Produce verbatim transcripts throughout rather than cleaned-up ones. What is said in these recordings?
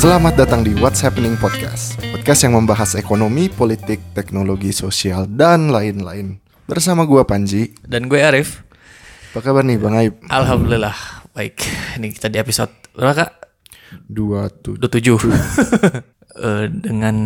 Selamat datang di What's Happening Podcast. Podcast yang membahas ekonomi, politik, teknologi, sosial, dan lain-lain. Bersama gue Panji. Dan gue Arif. Apa kabar nih Bang Aib? Alhamdulillah, baik. Ini kita di episode berapa kak? dua puluh tujuh uh, Dengan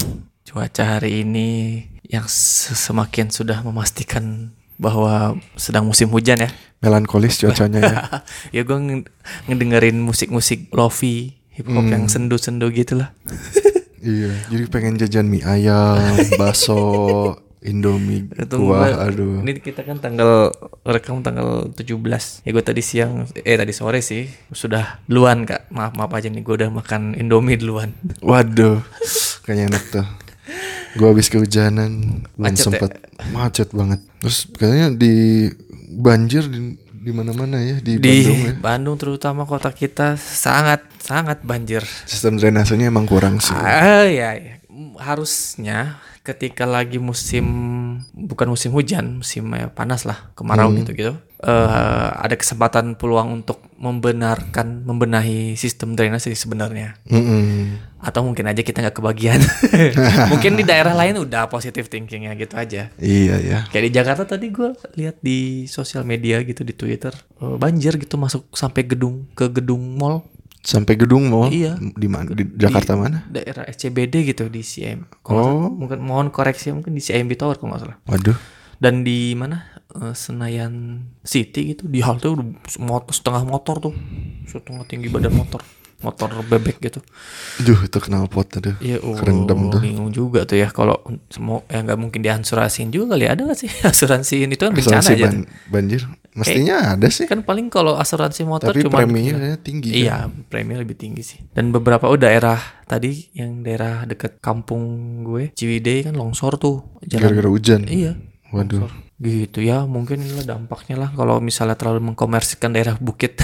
cuaca hari ini yang semakin sudah memastikan bahwa sedang musim hujan ya. Melankolis cuacanya ya. Ya gue ng- ngedengerin musik-musik lofi, hip hop hmm. yang sendu-sendu gitu lah. Iya, jadi pengen jajan mie ayam, bakso, Indomie, kuah, aduh. Ini kita kan tanggal rekam tanggal tujuh belas. Ya gue tadi siang, eh tadi sore sih sudah duluan kak. Maaf maaf aja nih, gue udah makan Indomie duluan. Waduh, kayaknya enak tuh. Gue habis kehujanan, belum sempet ya? Macet banget. Terus kayaknya di banjir di di mana-mana ya di, di Bandung ya. Bandung terutama kota kita sangat sangat banjir. Sistem drainasenya emang kurang sih. Ah ya, ya. Harusnya ketika lagi musim bukan musim hujan, musim ya, panas lah, kemarau hmm. gitu-gitu. Uh, ada kesempatan peluang untuk membenarkan membenahi sistem drainase sebenarnya. Mm-hmm. Atau mungkin aja kita nggak kebagian. Mungkin di daerah lain udah positive thinkingnya gitu aja. Iya ya. Kayak di Jakarta tadi gue lihat di sosial media gitu di Twitter uh, banjir gitu masuk sampai gedung ke gedung mall. Sampai gedung mall? Iya. Di mana? Di Jakarta di mana? Daerah S C B D gitu di C M. Oh. Mungkin mohon koreksi mungkin di C M B Tower kalau nggak salah. Waduh. Dan di mana? Uh, Senayan City gitu di halte udah motor, setengah motor tuh. Setengah tinggi badan motor. Motor bebek gitu. Duh itu knalpot aduh. Iya, oh, kerendam tuh. Bingung juga tuh ya kalau semua ya nggak mungkin diasuransiin juga kali. Ada nggak sih asuransiin itu kan bencana asuransi aja ban- banjir mestinya eh, ada sih. Kan paling kalau asuransi motor tapi cuma preminya tinggi. Iya, kan? preminya lebih tinggi sih. Dan beberapa oh daerah tadi yang daerah deket kampung gue Ciwidey kan longsor tuh. Jalan, gara-gara hujan. Iya. Waduh. Longsor. Gitu ya, mungkin inilah dampaknya lah kalau misalnya terlalu mengkomersikan daerah bukit.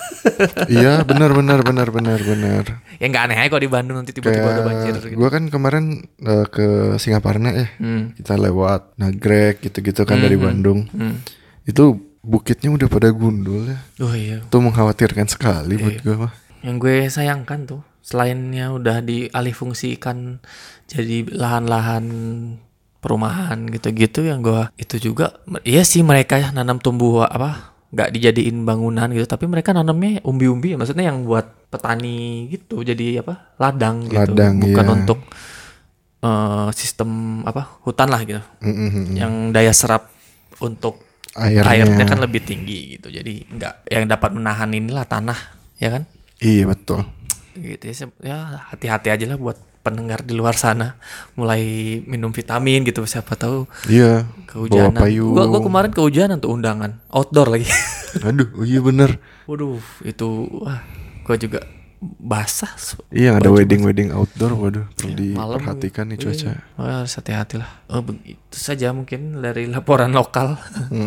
Iya, benar benar benar benar benar. Ya nggak aneh aja kalau di Bandung nanti tiba-tiba ada banjir. Gitu. Gue kan kemarin uh, ke Singaparna ya, hmm. kita lewat Nagrek gitu-gitu kan hmm, dari Bandung. Hmm. Itu bukitnya udah pada gundul ya. Oh iya. Itu mengkhawatirkan sekali iya. buat gue mah. Yang gue sayangkan tuh, selainnya udah dialihfungsikan jadi lahan-lahan perumahan gitu-gitu, yang gue itu juga, iya sih mereka ya nanam tumbuh apa, nggak dijadiin bangunan gitu, tapi mereka nanamnya umbi-umbi, maksudnya yang buat petani gitu, jadi apa ladang gitu, ladang, bukan iya. untuk uh, sistem apa hutan lah gitu, mm-hmm. yang daya serap untuk airnya. airnya kan lebih tinggi gitu, jadi nggak yang dapat menahan inilah tanah, ya kan? Iya betul. Gitu ya, ya hati-hati aja lah buat pendengar di luar sana, mulai minum vitamin gitu, siapa tahu. Iya. Kehujanan. Gua gua kemarin kehujanan tuh undangan outdoor lagi. Aduh, oh iya bener. Waduh, itu wah, gua juga basah. Iya, ada wedding-wedding outdoor, waduh, perlu ya, diperhatikan nih cuaca. Oh, harus hati-hati lah. Oh, begitu saja mungkin dari laporan lokal.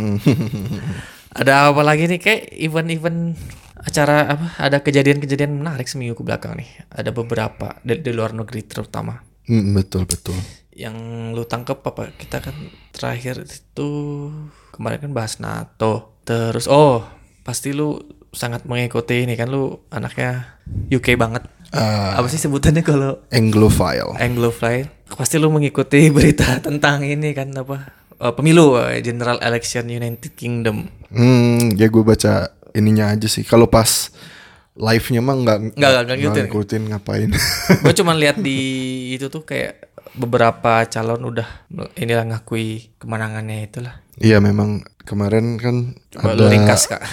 Ada apa lagi nih, kayak event-event acara apa? Ada kejadian-kejadian menarik seminggu ke belakang nih. Ada beberapa di, di luar negeri terutama. Mm, betul betul. Yang lu tangkep apa? Kita kan terakhir itu kemarin kan bahas NATO. Terus oh pasti lu sangat mengikuti ini kan, lu anaknya U K banget. Uh, apa sih sebutannya kalau Anglophile? Anglophile. Pasti lu mengikuti berita tentang ini kan apa? Uh, pemilu uh, General Election United Kingdom. Hmm, ya gue baca ininya aja sih. Kalau pas live-nya mah nggak nggak nggak ngikutin, ngikutin ngapain. Gue cuma lihat di itu tuh kayak beberapa calon udah inilah ngakui kemenangannya itulah. Iya memang kemarin kan coba ada ringkas kak.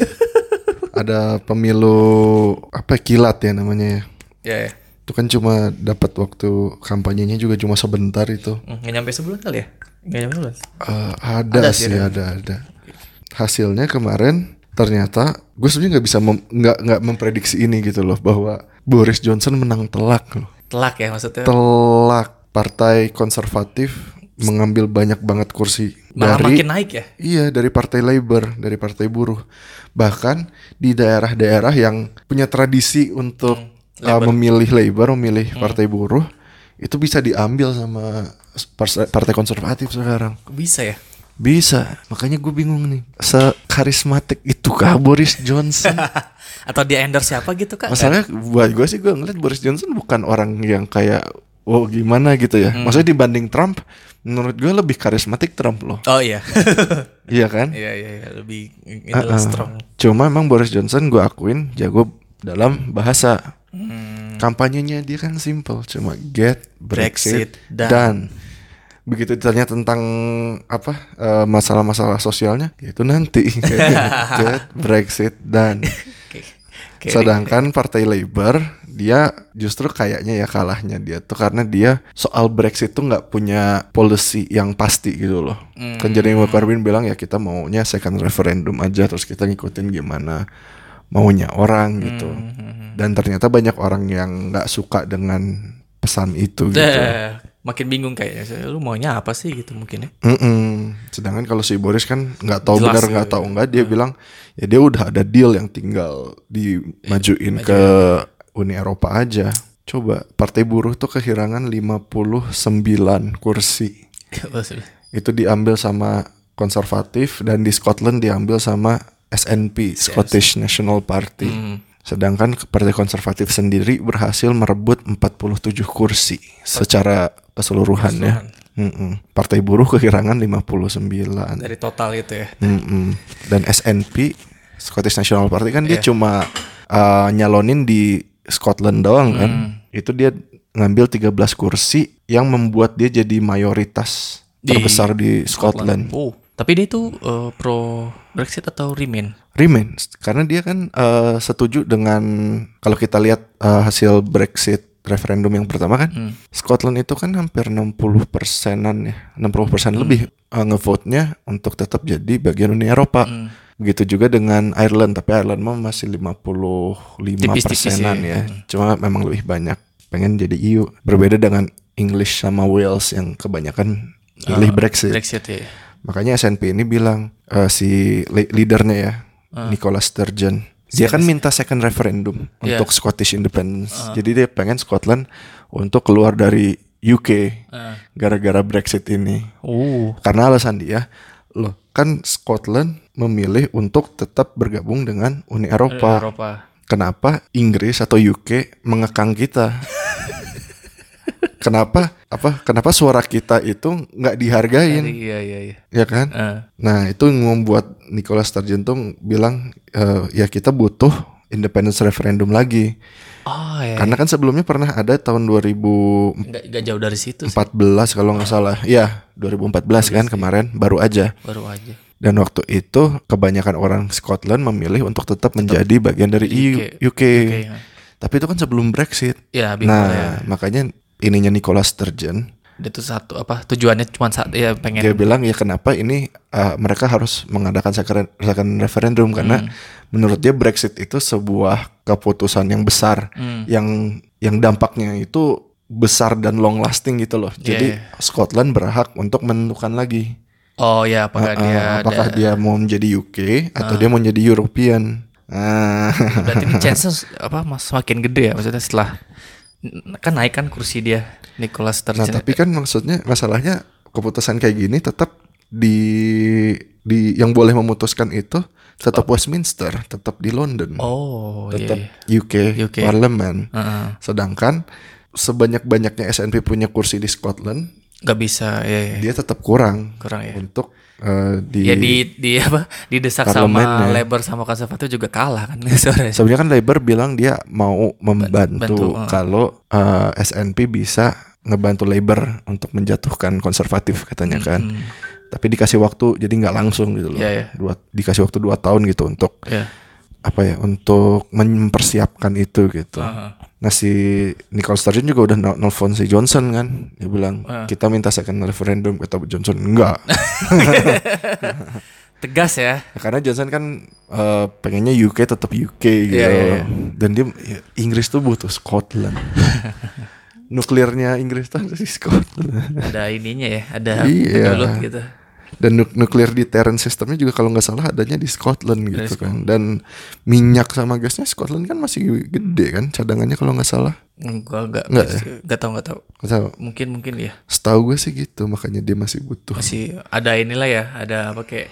Ada pemilu apa kilat ya namanya ya. Ya. Yeah. Itu kan cuma dapat waktu kampanyenya juga cuma sebentar itu. Nggak nyampe sebulan kali ya? Nggak nyampe sebulan. Uh, ada, ada sih ada ada. Hasilnya kemarin ternyata gue sebenarnya nggak bisa mem, nggak nggak memprediksi ini gitu loh, bahwa Boris Johnson menang telak loh. Telak ya maksudnya? Telak. Partai konservatif mengambil banyak banget kursi. Malah dari, makin naik ya? Iya, dari Partai Labor, dari Partai Buruh. Bahkan di daerah-daerah yang punya tradisi untuk hmm, uh, memilih Labor, memilih hmm. Partai Buruh, itu bisa diambil sama Partai Konservatif sekarang. Bisa ya? Bisa, makanya gue bingung nih. Sekarismatik itu Itukah Boris Johnson? Atau dia endorse siapa gitu Kak? Masalahnya buat gue sih, gue ngeliat Boris Johnson bukan orang yang kayak oh gimana gitu ya. Hmm. Maksudnya dibanding Trump, menurut gue lebih karismatik Trump loh. Oh iya. Iya kan? Iya iya iya lebih ini Uh-uh. strong. Cuma emang Boris Johnson gue akuin jago dalam bahasa. Hmm. Kampanyenya dia kan simple, cuma get Brexit, Brexit done. done. Begitu ditanya tentang apa uh, masalah-masalah sosialnya, itu nanti get Brexit done. Oke. Oke. Sedangkan Partai Labour dia justru kayaknya ya kalahnya dia tuh karena dia soal Brexit tuh nggak punya policy yang pasti gitu loh. Hmm. Kan Jeremy Corbyn bilang ya kita maunya second referendum aja, terus kita ngikutin gimana maunya orang gitu. Hmm. Dan ternyata banyak orang yang nggak suka dengan pesan itu gitu. Dah, makin bingung kayaknya. Lu maunya apa sih gitu mungkin ya? Mm-mm. Sedangkan kalau si Boris kan nggak tahu Jelas benar ya. nggak tahu nggak, dia hmm. bilang ya dia udah ada deal yang tinggal dimajuin eh, ke Uni Eropa aja. Coba Partai Buruh tuh kehilangan lima puluh sembilan kursi. Itu diambil sama konservatif, dan di Scotland diambil sama S N P, Scottish National Party. Hmm. Sedangkan Partai Konservatif sendiri berhasil merebut empat puluh tujuh kursi secara keseluruhan, keseluruhan. ya. Mm-mm. Partai Buruh kehilangan lima puluh sembilan dari total itu ya. Mm-mm. Dan S N P, Scottish National Party kan dia yeah. cuma uh, nyalonin di Scotland doang kan. Mm. Itu dia ngambil tiga belas kursi yang membuat dia jadi mayoritas di terbesar di Scotland. Scotland. Oh, tapi dia itu uh, pro Brexit atau Remain? Remain, karena dia kan uh, setuju dengan kalau kita lihat uh, hasil Brexit referendum yang pertama kan, hmm. Scotland itu kan hampir enam puluh persenan ya, enam puluh persen hmm. lebih uh, ngevote-nya untuk tetap jadi bagian Uni Eropa. Hmm. Begitu juga dengan Ireland, tapi Ireland mah masih lima puluh lima persenan ya, hmm. cuma memang lebih banyak pengen jadi E U. Berbeda dengan English sama Wales yang kebanyakan pilih uh, Brexit. Brexit ya. Makanya S N P ini bilang uh, si leadernya ya, Uh. Nicola Sturgeon, dia kan minta second referendum yeah. untuk Scottish Independence. Uh. Jadi dia pengen Scotland untuk keluar dari U K uh. gara-gara Brexit ini. Uh. Karena alasan dia, loh kan Scotland memilih untuk tetap bergabung dengan Uni Eropa. Eropa. Kenapa Inggris atau U K mengekang kita? Kenapa apa? Kenapa suara kita itu nggak dihargain? Iya iya iya. Ya kan? Uh. Nah itu yang membuat Nicola Sturgeon tuh bilang uh, ya kita butuh independence referendum lagi. Oh, iya. Karena kan sebelumnya pernah ada tahun dua ribu nggak jauh dari situ. empat belas kalau nggak oh. salah. Ya dua ribu empat belas kan kemarin baru aja. Baru aja. Dan waktu itu kebanyakan orang Scotland memilih untuk tetap, tetap menjadi bagian dari U K. U K. U K ya. Tapi itu kan sebelum Brexit. Ya, nah ya. makanya ininya Nicola Sturgeon, itu satu apa tujuannya cuma saat ya pengen dia bilang ya kenapa ini uh, mereka harus mengadakan second referendum karena hmm. menurut dia Brexit itu sebuah keputusan yang besar hmm. yang yang dampaknya itu besar dan long lasting gitu loh. Jadi yeah. Scotland berhak untuk menentukan lagi. Oh ya apakah uh, dia apakah ada... dia mau menjadi U K atau uh. dia mau menjadi European. Uh. Berarti chances apa mas semakin gede ya maksudnya setelah kan naik kan kursi dia Nicola Sturgeon. Nah tapi kan maksudnya masalahnya keputusan kayak gini tetap di di yang boleh memutuskan itu tetap oh. Westminster, tetap di London, oh, tetap iya, iya. U K, U K parlemen. Uh-huh. Sedangkan sebanyak-banyaknya S N P punya kursi di Scotland, nggak bisa, ya, ya. Dia tetap kurang, kurang ya. Untuk uh, di ya di di apa didesak sama Labour sama Konservatif juga kalah kan. Sebenarnya kan Labour bilang dia mau membantu Bantu, uh. kalau uh, S N P bisa ngebantu Labour untuk menjatuhkan Konservatif katanya kan. Mm-hmm. Tapi dikasih waktu jadi nggak langsung gitu loh. Yeah, yeah. Dua, dikasih waktu dua tahun gitu untuk yeah. apa ya untuk mempersiapkan itu gitu. Uh-huh. Nah si Nicola Sturgeon juga udah nelfon si Johnson kan, dia bilang uh. kita minta second referendum, kata Johnson enggak. Tegas ya. Ya karena Johnson kan uh, pengennya U K tetap U K gitu. Yeah, yeah, yeah. Dan dia ya, Inggris tuh butuh Scotland. Nuklirnya Inggris tuh ada di Scotland. Ada ininya ya, ada iya. dulu gitu. Dan nuk- nuklir deterrent sistemnya juga kalau nggak salah adanya di Scotland gitu Dari kan. Dan minyak sama gasnya Scotland kan masih gede kan cadangannya kalau nggak salah. Enggak enggak enggak ya? Enggak tahu enggak tahu. Nggak tahu. Mungkin mungkin ya. Setahu gue sih gitu, makanya dia masih butuh. Masih ada inilah ya, ada apa kayak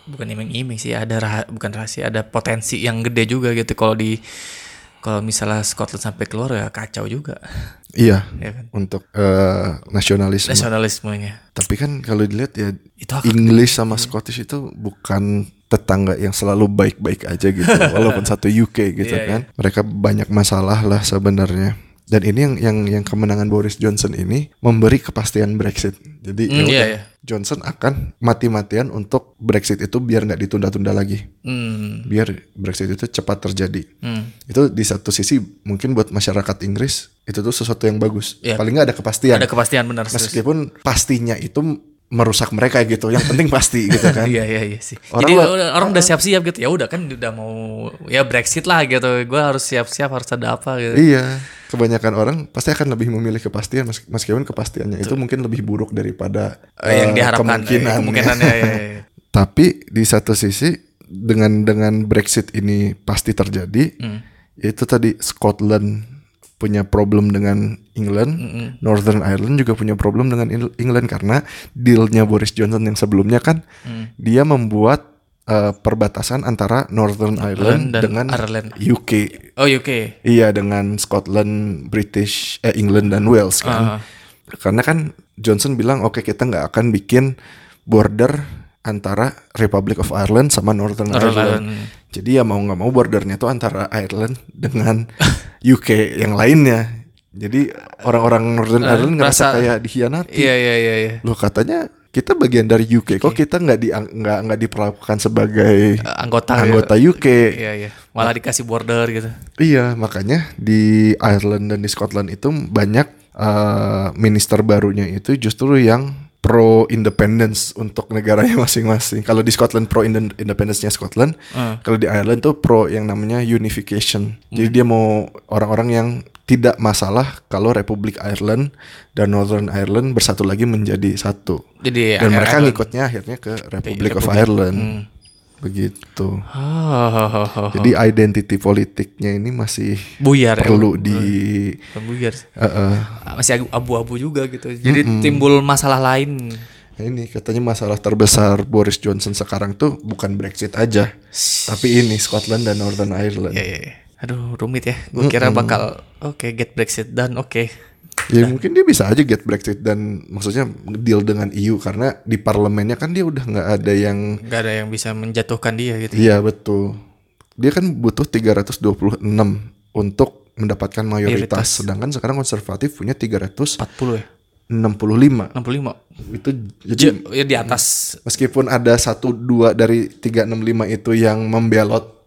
bukan iming-iming sih, ada rah- bukan rahasia, ada potensi yang gede juga gitu kalau di kalau misalnya Scotland sampai keluar ya kacau juga. Iya, ya kan? Untuk uh, nasionalisme. Nasionalismenya. Tapi kan kalau dilihat ya Itu English sama Scottish itu bukan tetangga yang selalu baik-baik aja gitu. Walaupun satu U K gitu Iya, kan. Mereka banyak masalah lah sebenarnya. Dan ini yang yang yang kemenangan Boris Johnson ini memberi kepastian Brexit. Jadi Mm, ya iya, udah, iya. Johnson akan mati-matian untuk Brexit itu biar nggak ditunda-tunda lagi. Hmm. Biar Brexit itu cepat terjadi. Hmm. Itu di satu sisi mungkin buat masyarakat Inggris itu tuh sesuatu yang bagus. Iya. Paling nggak ada kepastian. Ada kepastian benar. Meskipun pastinya itu merusak mereka gitu. Yang penting pasti gitu kan. Iya iya iya sih. Orang Jadi lah- orang, orang udah siap-siap gitu. Ya udah kan udah mau ya Brexit lah gitu. Gue harus siap-siap, harus ada apa gitu. Iya, kebanyakan orang pasti akan lebih memilih kepastian mes- meskipun kepastiannya itu mungkin lebih buruk daripada Eh, yang eh, diharapkan kemungkinan. eh, kemungkinannya ya, ya, ya. Tapi di satu sisi dengan dengan Brexit ini pasti terjadi, Hmm. yaitu tadi Scotland punya problem dengan England, Mm-mm. Northern Ireland juga punya problem dengan Il- England karena dealnya Boris Johnson yang sebelumnya kan Hmm. dia membuat eh, perbatasan antara Northern Ireland dan dengan Ireland. U K. Oh U K. Iya, dengan Scotland, British, eh, England dan Wales kan. Ah. Karena kan Johnson bilang oke kita nggak akan bikin border antara Republic of Ireland sama Northern, Northern Ireland. Ireland. Jadi ya mau nggak mau bordernya tuh antara Ireland dengan U K yang lainnya. Jadi orang-orang Northern Eh, Ireland ngerasa merasa- kayak dikhianati. Iya iya iya iya. Loh katanya kita bagian dari U K, kok kita nggak di nggak nggak diperlakukan sebagai Eh, anggota anggota ya. U K. Iya iya. Malah dikasih border gitu. Iya, makanya di Ireland dan di Scotland itu banyak uh, minister barunya itu justru yang pro independence untuk negaranya masing-masing. Kalau di Scotland pro inden- independence-nya Scotland, Uh. kalau di Ireland tuh pro yang namanya unification. Jadi dia mau orang-orang yang tidak masalah kalau Republik Ireland dan Northern Ireland bersatu lagi menjadi satu. Jadi Dan akhir- mereka Ireland. ngikutnya akhirnya ke Republic of Republik. Ireland. Hmm. Begitu. Oh, oh, oh, oh. Jadi identity politiknya ini masih buyar ya, perlu Bu- di bukan buyar sih. uh, uh, Masih abu-abu juga gitu. Jadi timbul masalah lain. Nah, ini katanya masalah terbesar Boris Johnson sekarang tuh bukan Brexit aja, tapi ini Scotland dan Northern Ireland. Ya, ya, ya. Aduh rumit ya. Gue kira bakal oke get Brexit dan oke. Ya mungkin dia bisa aja get Brexit dan maksudnya deal dengan E U karena di parlemennya kan dia udah nggak ada yang. Nggak ada yang bisa menjatuhkan dia gitu. Iya betul. Dia kan butuh tiga ratus dua puluh enam untuk mendapatkan mayoritas, Mayoritas. sedangkan sekarang konservatif punya tiga ratus empat puluh ya. enam puluh lima. enam puluh lima. Itu jadi J- ya di atas. meskipun ada satu dua dari tiga enam lima itu yang membelot,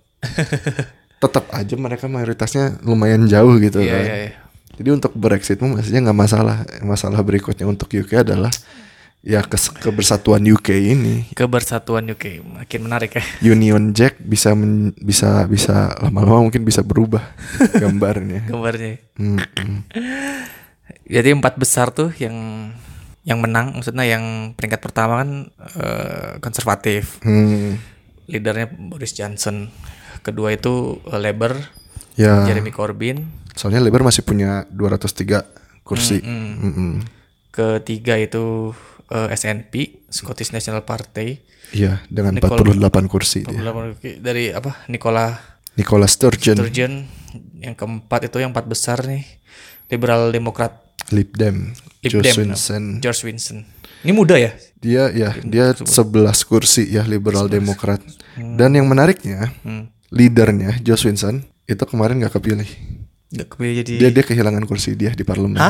tetap aja mereka mayoritasnya lumayan jauh gitu Iya kan. iya iya. Jadi untuk Brexit mah maksudnya nggak masalah. Masalah berikutnya untuk U K adalah ya kes- kebersatuan U K ini. Kebersatuan U K makin menarik ya. Union Jack bisa men- bisa bisa lama-lama mungkin bisa berubah gambarnya. Gambarnya. Hmm, hmm. Jadi empat besar tuh yang yang menang, maksudnya yang peringkat pertama kan eh, konservatif. Hmm. Leadernya Boris Johnson. Kedua itu eh, Labour, Ya, Jeremy Corbyn. soalnya Labour masih punya dua ratus tiga kursi. Mm-mm. Ketiga itu eh, S N P, Scottish National Party. Iya, dengan Nicole- empat puluh delapan kursi dia. Dari apa? Nicola Nicola Sturgeon, Sturgeon. Yang keempat itu yang empat besar nih. Liberal Demokrat Lib Dem, Lib Joe Dem, Swinson. George Winston. Ini muda ya? Dia ya, dia sebelas kursi ya Liberal Demokrat. Dan yang menariknya, Hmm. leadernya Joe Swinson itu kemarin nggak kepilih. Gak kepilih jadi. Dia dia kehilangan kursi dia di parlemen.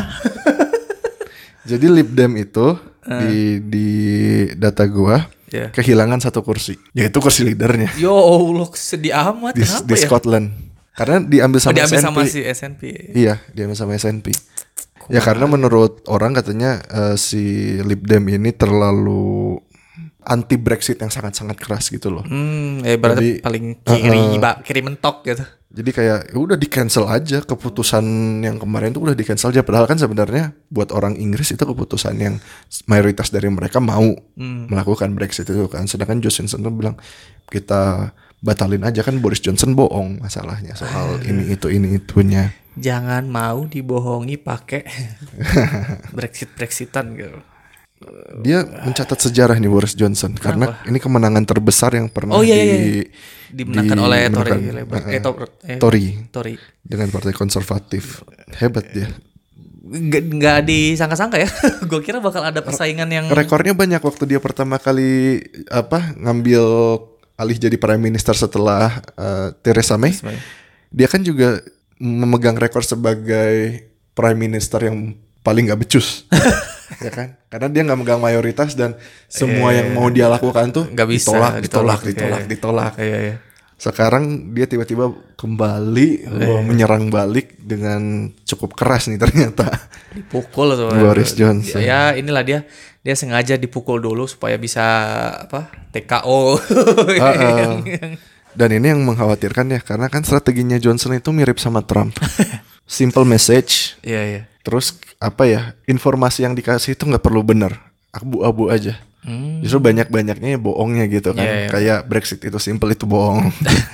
Jadi Lib Dem itu di di data gua Ya. kehilangan satu kursi, yaitu kursi leadernya Yo Allah sedih amat. di, Kenapa di ya? Scotland. Karena diambil Oh, sama diambil S N P. sama si S N P. Iya, diambil sama S N P. Ya karena menurut orang katanya eh, si Lib Dem ini terlalu anti Brexit yang sangat-sangat keras gitu loh. Hmm, ya berarti Jadi, paling kiri, uh-uh. ba- kiri mentok gitu. Jadi kayak ya udah di cancel aja keputusan yang kemarin tuh udah di cancel aja. Padahal kan sebenarnya buat orang Inggris itu keputusan yang mayoritas dari mereka mau melakukan Brexit itu kan. Sedangkan Joe Johnson tuh bilang kita batalin aja, kan Boris Johnson bohong masalahnya soal ini itu ini itunya. Jangan mau dibohongi pakai Brexit Brexitan gitu. dia mencatat sejarah nih Boris Johnson. Kenapa? Karena ini kemenangan terbesar yang pernah oh, iya, iya. di, dimenangkan di, oleh menangkan, Tory Labour. uh, Eh, to, eh, Tory. Tory. Dengan partai konservatif. Hebat dia. Nggak, nggak disangka-sangka ya. Gue kira bakal ada persaingan yang rekornya banyak waktu dia pertama kali apa ngambil alih jadi prime minister setelah uh, Theresa May. May. Dia kan juga memegang rekor sebagai prime minister yang paling nggak becus. Ya kan? Karena dia nggak megang mayoritas dan semua yeah, yang mau dia lakukan tuh nggak bisa, ditolak, ditolak, ditolak, ditolak, yeah. ditolak. Yeah, yeah. Sekarang dia tiba-tiba kembali yeah. wah, menyerang balik dengan cukup keras nih ternyata. Dipukul tuh Boris Johnson. Ya inilah dia dia sengaja dipukul dulu supaya bisa apa T K O. uh, uh. Dan ini yang mengkhawatirkan ya karena kan strateginya Johnson itu mirip sama Trump. Simple message. Iya yeah, iya. Yeah. Terus apa ya informasi yang dikasih itu nggak perlu benar, abu-abu aja. Hmm. Justru banyak-banyaknya bohongnya gitu kan. Yeah, yeah. Kayak Brexit itu simple itu bohong.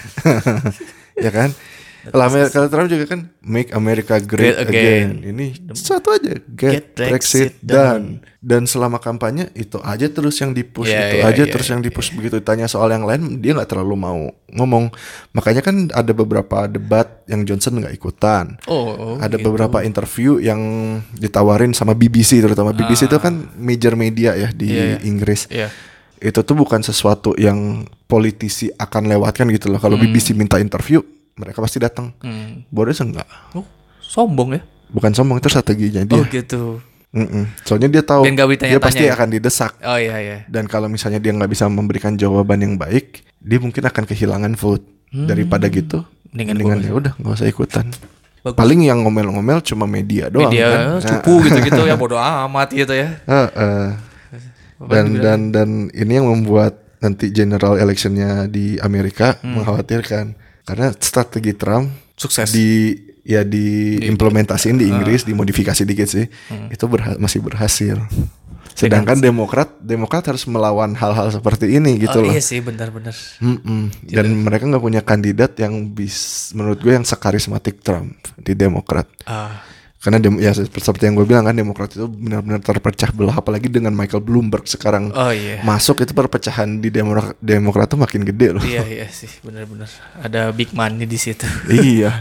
Ya kan? Kalau Amerika Trump juga kan make America great, great again. again. Ini satu aja get, get Brexit, Brexit done. Dan selama kampanye itu aja terus yang dipush, yeah, itu yeah, aja yeah, terus yeah, yang dipush. Yeah. Begitu ditanya soal yang lain dia nggak terlalu mau ngomong. Makanya kan ada beberapa debat yang Johnson nggak ikutan. Oh, oh, ada gitu. beberapa interview yang ditawarin sama B B C terutama. B B C ah. itu kan major media ya di yeah, Inggris. Yeah. Itu tuh bukan sesuatu yang politisi akan lewatkan gitu loh. Kalau hmm. B B C minta interview mereka pasti datang. Hmm. Boris enggak. Oh, sombong ya? Bukan sombong, itu strateginya dia. Oh gitu. Mm-mm. Soalnya dia tahu dia pasti ya? akan didesak. Oh iya iya. Dan kalau misalnya dia nggak bisa memberikan jawaban yang baik, dia mungkin akan kehilangan vote. Hmm. Daripada gitu, mendingan ya udah nggak usah ikutan. Bagus. Paling yang ngomel-ngomel cuma media doang. Media kan? cupu gitu-gitu ya bodo amat gitu ya. Uh, uh. Dan dan dan ini yang membuat nanti general electionnya di Amerika hmm. mengkhawatirkan. Karena strategi Trump sukses di ya diimplementasiin di, di Inggris, uh. dimodifikasi dikit sih, hmm. itu berha- masih berhasil. Sedangkan Demokrat, Demokrat harus melawan hal-hal seperti ini gitu oh, loh. Iya sih, benar-benar. Dan mereka nggak punya kandidat yang bis, menurut gue yang sekarismatik Trump di Demokrat. Uh. Karena dem- ya seperti yang gue bilang kan Demokrat itu benar-benar terpecah belah, apalagi dengan Michael Bloomberg sekarang oh, iya. masuk, itu perpecahan di Demokrat Demokrat tuh makin gede loh. Iya iya sih, benar-benar ada big money di situ. Iya.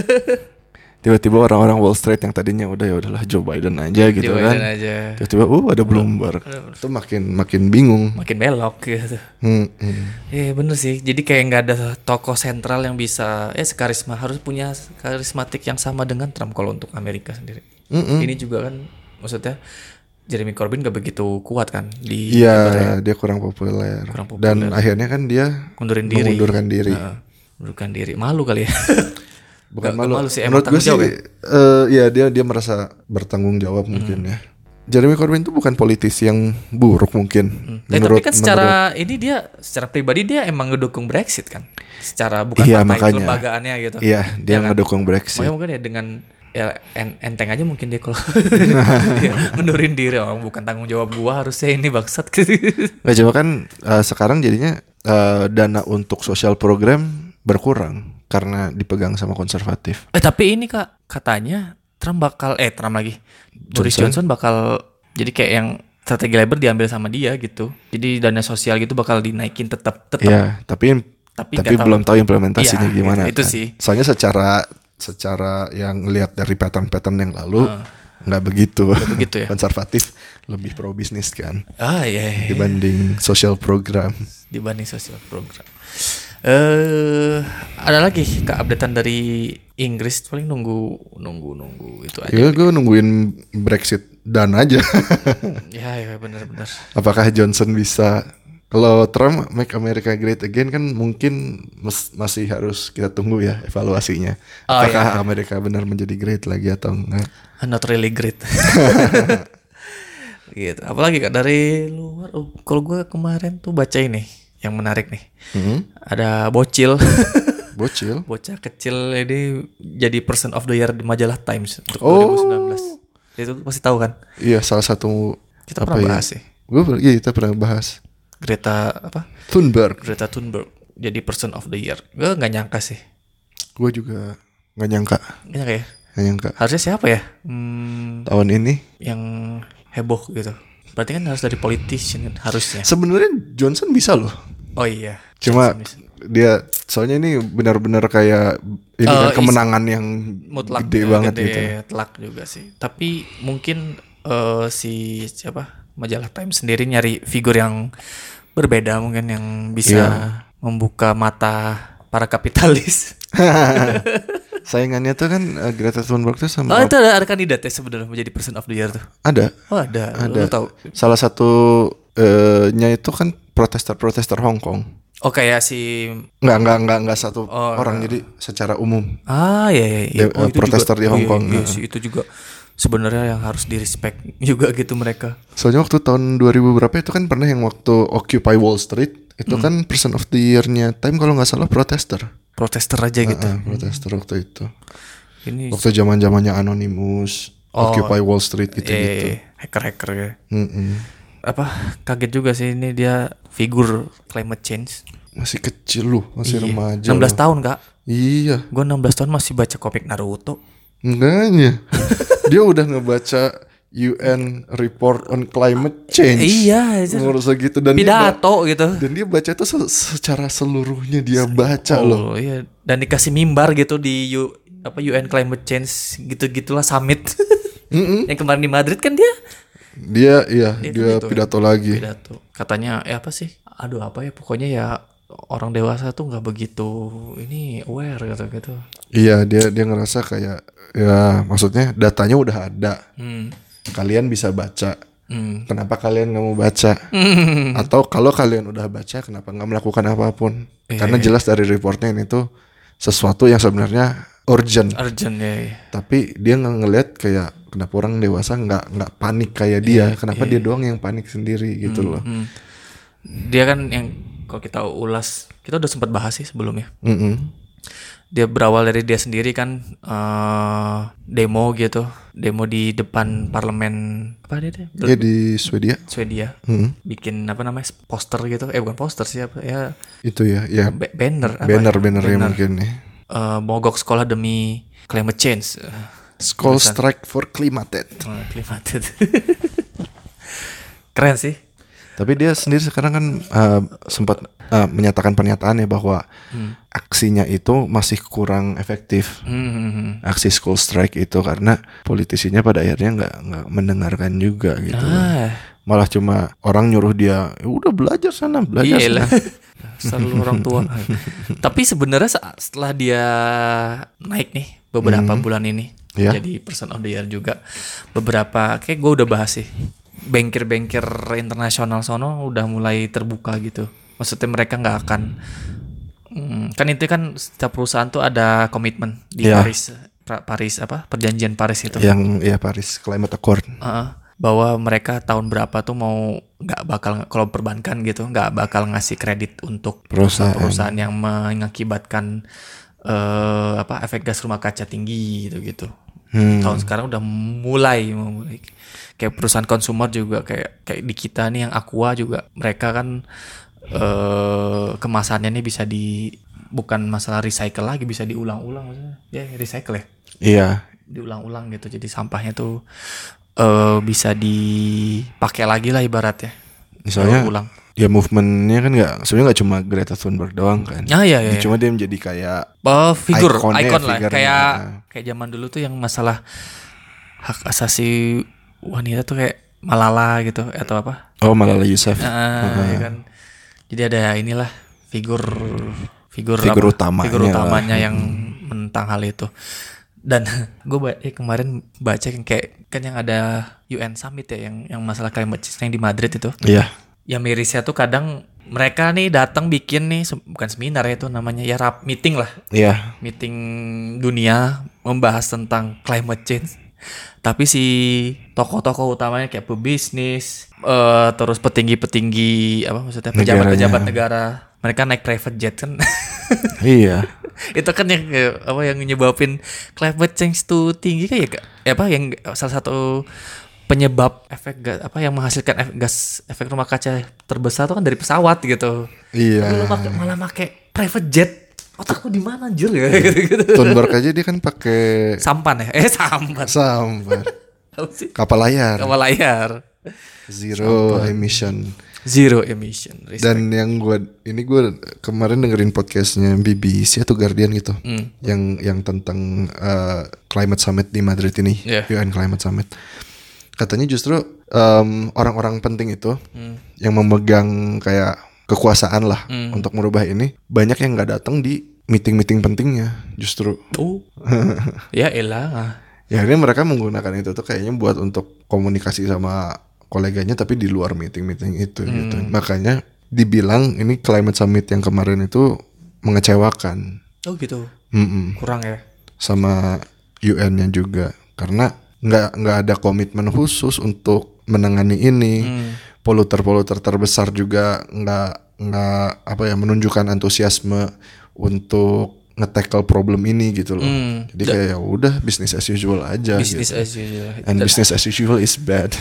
Tiba-tiba orang-orang Wall Street yang tadinya udah ya udahlah Joe Biden aja gitu Joe kan. Biden aja. Tiba-tiba uh ada Bloomberg. Itu makin makin bingung. Makin belok gitu. Hmm, hmm. Iya bener sih. Jadi kayak nggak ada tokoh sentral yang bisa eh sekarisma, harus punya karismatik yang sama dengan Trump kalau untuk Amerika sendiri. Mm-mm. Ini juga kan maksudnya Jeremy Corbyn gak begitu kuat kan di Iya, dia kurang populer. kurang populer. Dan akhirnya kan dia mengundurkan diri. Mengundurkan diri. Nah, mengundurkan diri. Malu kali ya. Bukan gak, malu. malu sih, menurut gue sih, ya? Uh, ya dia dia merasa bertanggung jawab hmm. mungkin ya. Jeremy Corbyn itu bukan politisi yang buruk mungkin. Hmm. Menurut, eh, tapi kan secara menurut, ini dia secara pribadi dia emang ngedukung Brexit kan. Secara bukan iya, partai kelembagaannya gitu. Iya, dia ya kan? ngedukung Brexit. Makanya mungkin ya dengan ya en- enteng aja mungkin dia kalau mundurin diri, oh, bukan tanggung jawab gua harusnya ini bangsat gitu. Nah, cuma kan uh, sekarang jadinya uh, dana untuk sosial program berkurang karena dipegang sama konservatif. Eh tapi ini Kak, katanya Trump bakal eh Trump lagi Johnson? Boris Johnson bakal jadi kayak yang strategi Labour diambil sama dia gitu. Jadi dana sosial gitu bakal dinaikin tetap tetap. Iya, tapi tapi, tapi belum tahu implementasinya ya, gimana. Itu kan. sih. Soalnya secara secara yang lihat dari pattern-pattern yang lalu uh, nggak begitu. Nggak begitu ya. Konservatif lebih pro bisnis kan. Ah iya. iya. Dibanding social program. Dibanding social program. Eh uh, ada lagi keupdatean dari Inggris, paling nunggu nunggu nunggu itu aja. Ya gue nungguin Brexit dan aja. Ya ya benar-benar. Apakah Johnson bisa? Kalau Trump make America great again kan mungkin mes- masih harus kita tunggu ya evaluasinya. Oh, apakah iya. Amerika benar menjadi great lagi atau enggak? Not really great. Gitu. Apalagi Kak dari luar. Oh, kalau gue kemarin tuh baca ini yang menarik nih. Mm-hmm. Ada bocil. Bocil? Bocah kecil ini jadi person of the year di majalah Times untuk oh. dua ribu sembilan belas. Itu pasti tahu kan? Iya, salah satu. Kita pernah ya? bahas sih. Gue iya kita pernah bahas. Greta apa? Thunberg. Greta Thunberg jadi person of the year. Gue nggak nyangka sih. Gue juga nggak nyangka. Nggak nyangka ya? Nggak nyangka. Harusnya siapa ya? Hmm, Tahun ini? Yang heboh gitu. Berarti kan harus dari politician kan harusnya. Sebenarnya Johnson bisa loh. Oh iya. Cuma Johnson bisa. dia soalnya ini benar-benar kayak ini Uh, kan kemenangan yang mutlak gede ya, banget gede, gitu. telak juga sih. Tapi mungkin uh, si siapa majalah Time sendiri nyari figur yang berbeda mungkin yang bisa Iya. membuka mata para kapitalis. Saingannya tuh kan uh, Greta Thunberg tuh sama Oh itu ada, ada kandidatnya sebenarnya menjadi Person of the Year tuh. ada Oh ada, ada lu tahu. salah satu eh, nya itu kan protester-protester Hong Kong. Oh kayak si Nggak nggak nggak nggak satu Oh, orang, uh, jadi secara umum. ah ya ya, ya. De- protester di Hong Kong, Iya, uh. sih, itu juga sebenarnya yang harus di respect juga gitu mereka. Soalnya waktu tahun dua ribu berapa itu kan pernah yang waktu Occupy Wall Street itu Hmm. kan Person of the Year-nya Time kalau nggak salah protester. Protester aja gitu. Uh, uh, protester waktu itu. Ini Waktu zaman-zamannya Anonymous, Oh, Occupy Wall Street gitu-gitu. eh, hacker-hacker ya. Mm-mm. Apa kaget juga sih ini dia figur climate change. Masih kecil loh, masih Iya, remaja. enam belas loh. tahun kak. Iya, Gue enam belas tahun masih baca komik Naruto. enggaknya. Dia udah ngebaca U N Report on Climate Change. Iya, itu Umur segitu dan dia ba- pidato gitu. dan dia baca itu se- secara seluruhnya dia baca loh. Oh iya, dan dikasih mimbar gitu di U, apa U N Climate Change gitu-gitulah summit. Mm-mm. Yang kemarin di Madrid kan dia Dia iya, Dia dia, kan gitu, pidato lagi. pidato. Katanya ya apa sih? Aduh apa ya pokoknya ya orang dewasa tuh nggak begitu ini aware gitu gitu. Iya, dia dia ngerasa kayak ya maksudnya datanya udah ada. Hmm. Kalian bisa baca. Hmm. Kenapa kalian nggak mau baca? Atau kalau kalian udah baca, kenapa nggak melakukan apapun? Iya, Karena iya. jelas dari reportnya ini tuh sesuatu yang sebenarnya urgent. Urgent ya. ya. Tapi dia nggak ngeliat kayak kenapa orang dewasa nggak nggak panik kayak dia? Kenapa dia doang yang panik sendiri gitu loh? Hmm. Dia kan yang kalau kita ulas kita udah sempat bahas sih sebelumnya. Mm-mm. Dia berawal dari dia sendiri kan eh, demo gitu, demo di depan parlemen apa dia deh? Dia di Swedia. Swedia. Mm. Bikin apa namanya poster gitu, eh bukan poster sih apa ya Itu ya, ya ba- banner, apa banner ya? banner ya mungkin nih. Eh, mogok sekolah demi climate change. Eh, School tulisan. strike for climate. eh, climate. Keren sih. Tapi dia sendiri sekarang kan uh, sempat uh, menyatakan pernyataannya bahwa Hmm. aksinya itu masih kurang efektif. Hmm. Aksi school strike itu karena politisinya pada akhirnya nggak nggak mendengarkan juga gitu. Ah, Malah cuma orang nyuruh dia, "Ya udah belajar sana, belajar iya lah. sana." Selalu orang tua. Tapi sebenarnya sa- setelah dia naik nih beberapa bulan ini Iya. jadi Person of the Year juga, beberapa kayak gue udah bahas sih, bengkir-bengkir internasional sono udah mulai terbuka gitu. Maksudnya mereka nggak akan hmm, kan itu kan setiap perusahaan tuh ada komitmen di Iya. Paris pra- Paris apa perjanjian Paris itu. Yang ya Paris Climate Accord. Heeh, bahwa mereka tahun berapa tuh mau nggak bakal kalau perbankan gitu nggak bakal ngasih kredit untuk Perusahaan. perusahaan yang mengakibatkan eh, apa efek gas rumah kaca tinggi gitu gitu. Hmm. Tahun sekarang udah mulai mulai kayak perusahaan konsumer juga kayak kayak di kita nih yang Aqua juga mereka kan eh kemasannya nih bisa di bukan masalah recycle lagi bisa diulang-ulang maksudnya ya recycle ya Iya. diulang-ulang gitu jadi sampahnya tuh eh bisa dipakai lagi lah ibaratnya. Misalnya Daur ulang. ya movementnya kan nggak sebenarnya nggak cuma Greta Thunberg doang kan. Ah iya iya. Cuma dia menjadi kayak Oh, figur, ikonnya, ikon lah. figurnya. Kayak kayak zaman dulu tuh yang masalah hak asasi wanita tuh kayak Malala gitu atau apa? oh Malala Yousafzai. Ah, ya kan. Jadi ada inilah figur figur Figur apa? utamanya figur lah. utamanya yang menentang hal itu. Dan gue ba- eh, kemarin baca yang kayak kan yang ada U N Summit ya yang yang masalah climate change yang di Madrid itu. Iya. Ya mirisnya tuh kadang mereka nih datang bikin nih se- bukan seminar ya itu namanya ya rap meeting lah. Iya. Meeting dunia membahas tentang climate change. Tapi si tokoh-tokoh utamanya kayak pebisnis, eh, terus petinggi-petinggi apa maksudnya pejabat-pejabat negara, mereka naik private jet kan. Iya. Itu kan yang eh, apa yang nyebabin climate change tuh tinggi kan ya, Kak? Ya apa yang salah satu penyebab efek gas apa yang menghasilkan efek gas efek rumah kaca terbesar tuh kan dari pesawat gitu. Iya. Tapi lu pake- malah pakai private jet. Otakku di mana anjir ya gitu-gitu. Thunberg aja dia kan pakai Sampan ya? Eh sampan. sambar. Apa sih? Kapal layar. Kapal layar. Zero Sampah. emission. Zero emission. Respect. Dan yang gue ini gue kemarin dengerin podcastnya B B C atau Guardian gitu, Hmm. yang yang tentang uh, climate summit di Madrid ini, Yeah. U N Climate Summit. Katanya justru um, orang-orang penting itu Hmm. yang memegang kayak kekuasaan lah Hmm. untuk merubah ini, banyak yang nggak datang di meeting-meeting pentingnya justru. Oh. Ya elah. Ya akhirnya mereka menggunakan itu tuh kayaknya buat untuk komunikasi sama koleganya tapi di luar meeting-meeting itu Hmm. gitu. Makanya dibilang ini climate summit yang kemarin itu mengecewakan. Oh gitu. Mm-mm. Kurang ya. Sama U N-nya juga karena nggak nggak ada komitmen khusus untuk menangani ini. Hmm. Poluter-poluter terbesar juga nggak nggak apa ya menunjukkan antusiasme untuk nge-tackle problem ini gitu loh. Hmm. Jadi kayak ya udah business as usual aja Business gitu. as usual. And business as usual is bad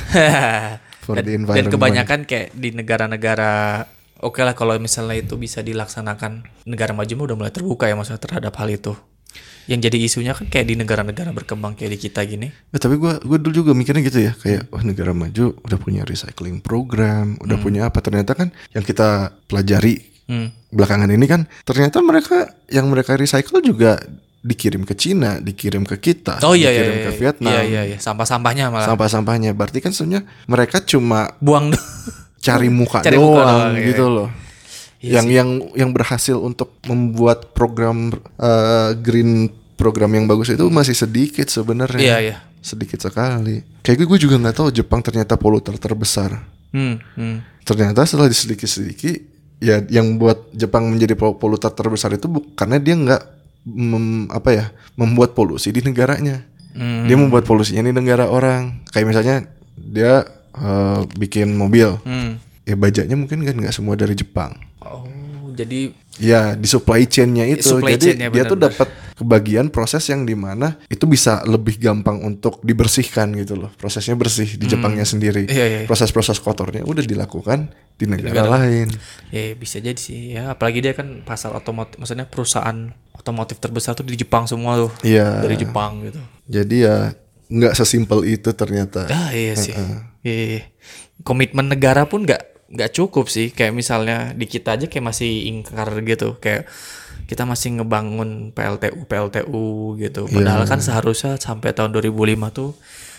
for dan, the dan environment. kebanyakan kayak di negara-negara oke lah kalau misalnya itu bisa dilaksanakan, negara maju mah udah mulai terbuka ya maksudnya terhadap hal itu. Yang jadi isunya kan kayak di negara-negara berkembang kayak di kita gini. Nah, tapi gue gue dulu juga mikirnya gitu ya, kayak wah negara maju udah punya recycling program, udah Hmm. punya apa, ternyata kan yang kita pelajari Hmm. belakangan ini kan ternyata mereka yang mereka recycle juga dikirim ke Cina, dikirim ke kita, Oh iya iya dikirim iya. ke Vietnam. Iya iya iya, sampah-sampahnya malah Sampah-sampahnya, berarti kan sebenarnya mereka cuma buang cari muka Cari doang, muka doang, iya. gitu loh. Iya yang sih. yang yang berhasil untuk membuat program uh, green program yang bagus itu masih sedikit sebenarnya. Iya iya. Sedikit sekali. Kayak gue juga nggak tahu Jepang ternyata poluter terbesar. Hmm, hmm. Ternyata setelah diselidiki-selidiki, ya yang buat Jepang menjadi pol- poluter terbesar itu bukan karena dia nggak mem- apa ya membuat polusi di negaranya. Hmm. Dia membuat polusinya di negara orang. Kayak misalnya dia uh, bikin mobil, Hmm. ya bajaknya mungkin kan nggak semua dari Jepang. Oh, jadi Ya di supply chain-nya itu, Supply jadi chain-nya dia tuh benar-benar. dapat kebagian proses yang dimana itu bisa lebih gampang untuk dibersihkan gitu loh, prosesnya bersih di Jepangnya sendiri. Iya, iya, iya. Proses-proses kotornya udah dilakukan di negara, negara lain. ya bisa jadi sih ya, apalagi dia kan pasar otomotif, maksudnya perusahaan otomotif terbesar tuh di Jepang semua tuh. Iya. Dari Jepang gitu. Jadi ya nggak sesimpel itu ternyata. Ah iya sih. Iya, iya. Komitmen negara pun nggak nggak cukup sih. Kayak misalnya di kita aja kayak masih ingkar gitu. Kayak kita masih ngebangun P L T U P L T U gitu. Padahal kan seharusnya sampai tahun dua ribu lima tuh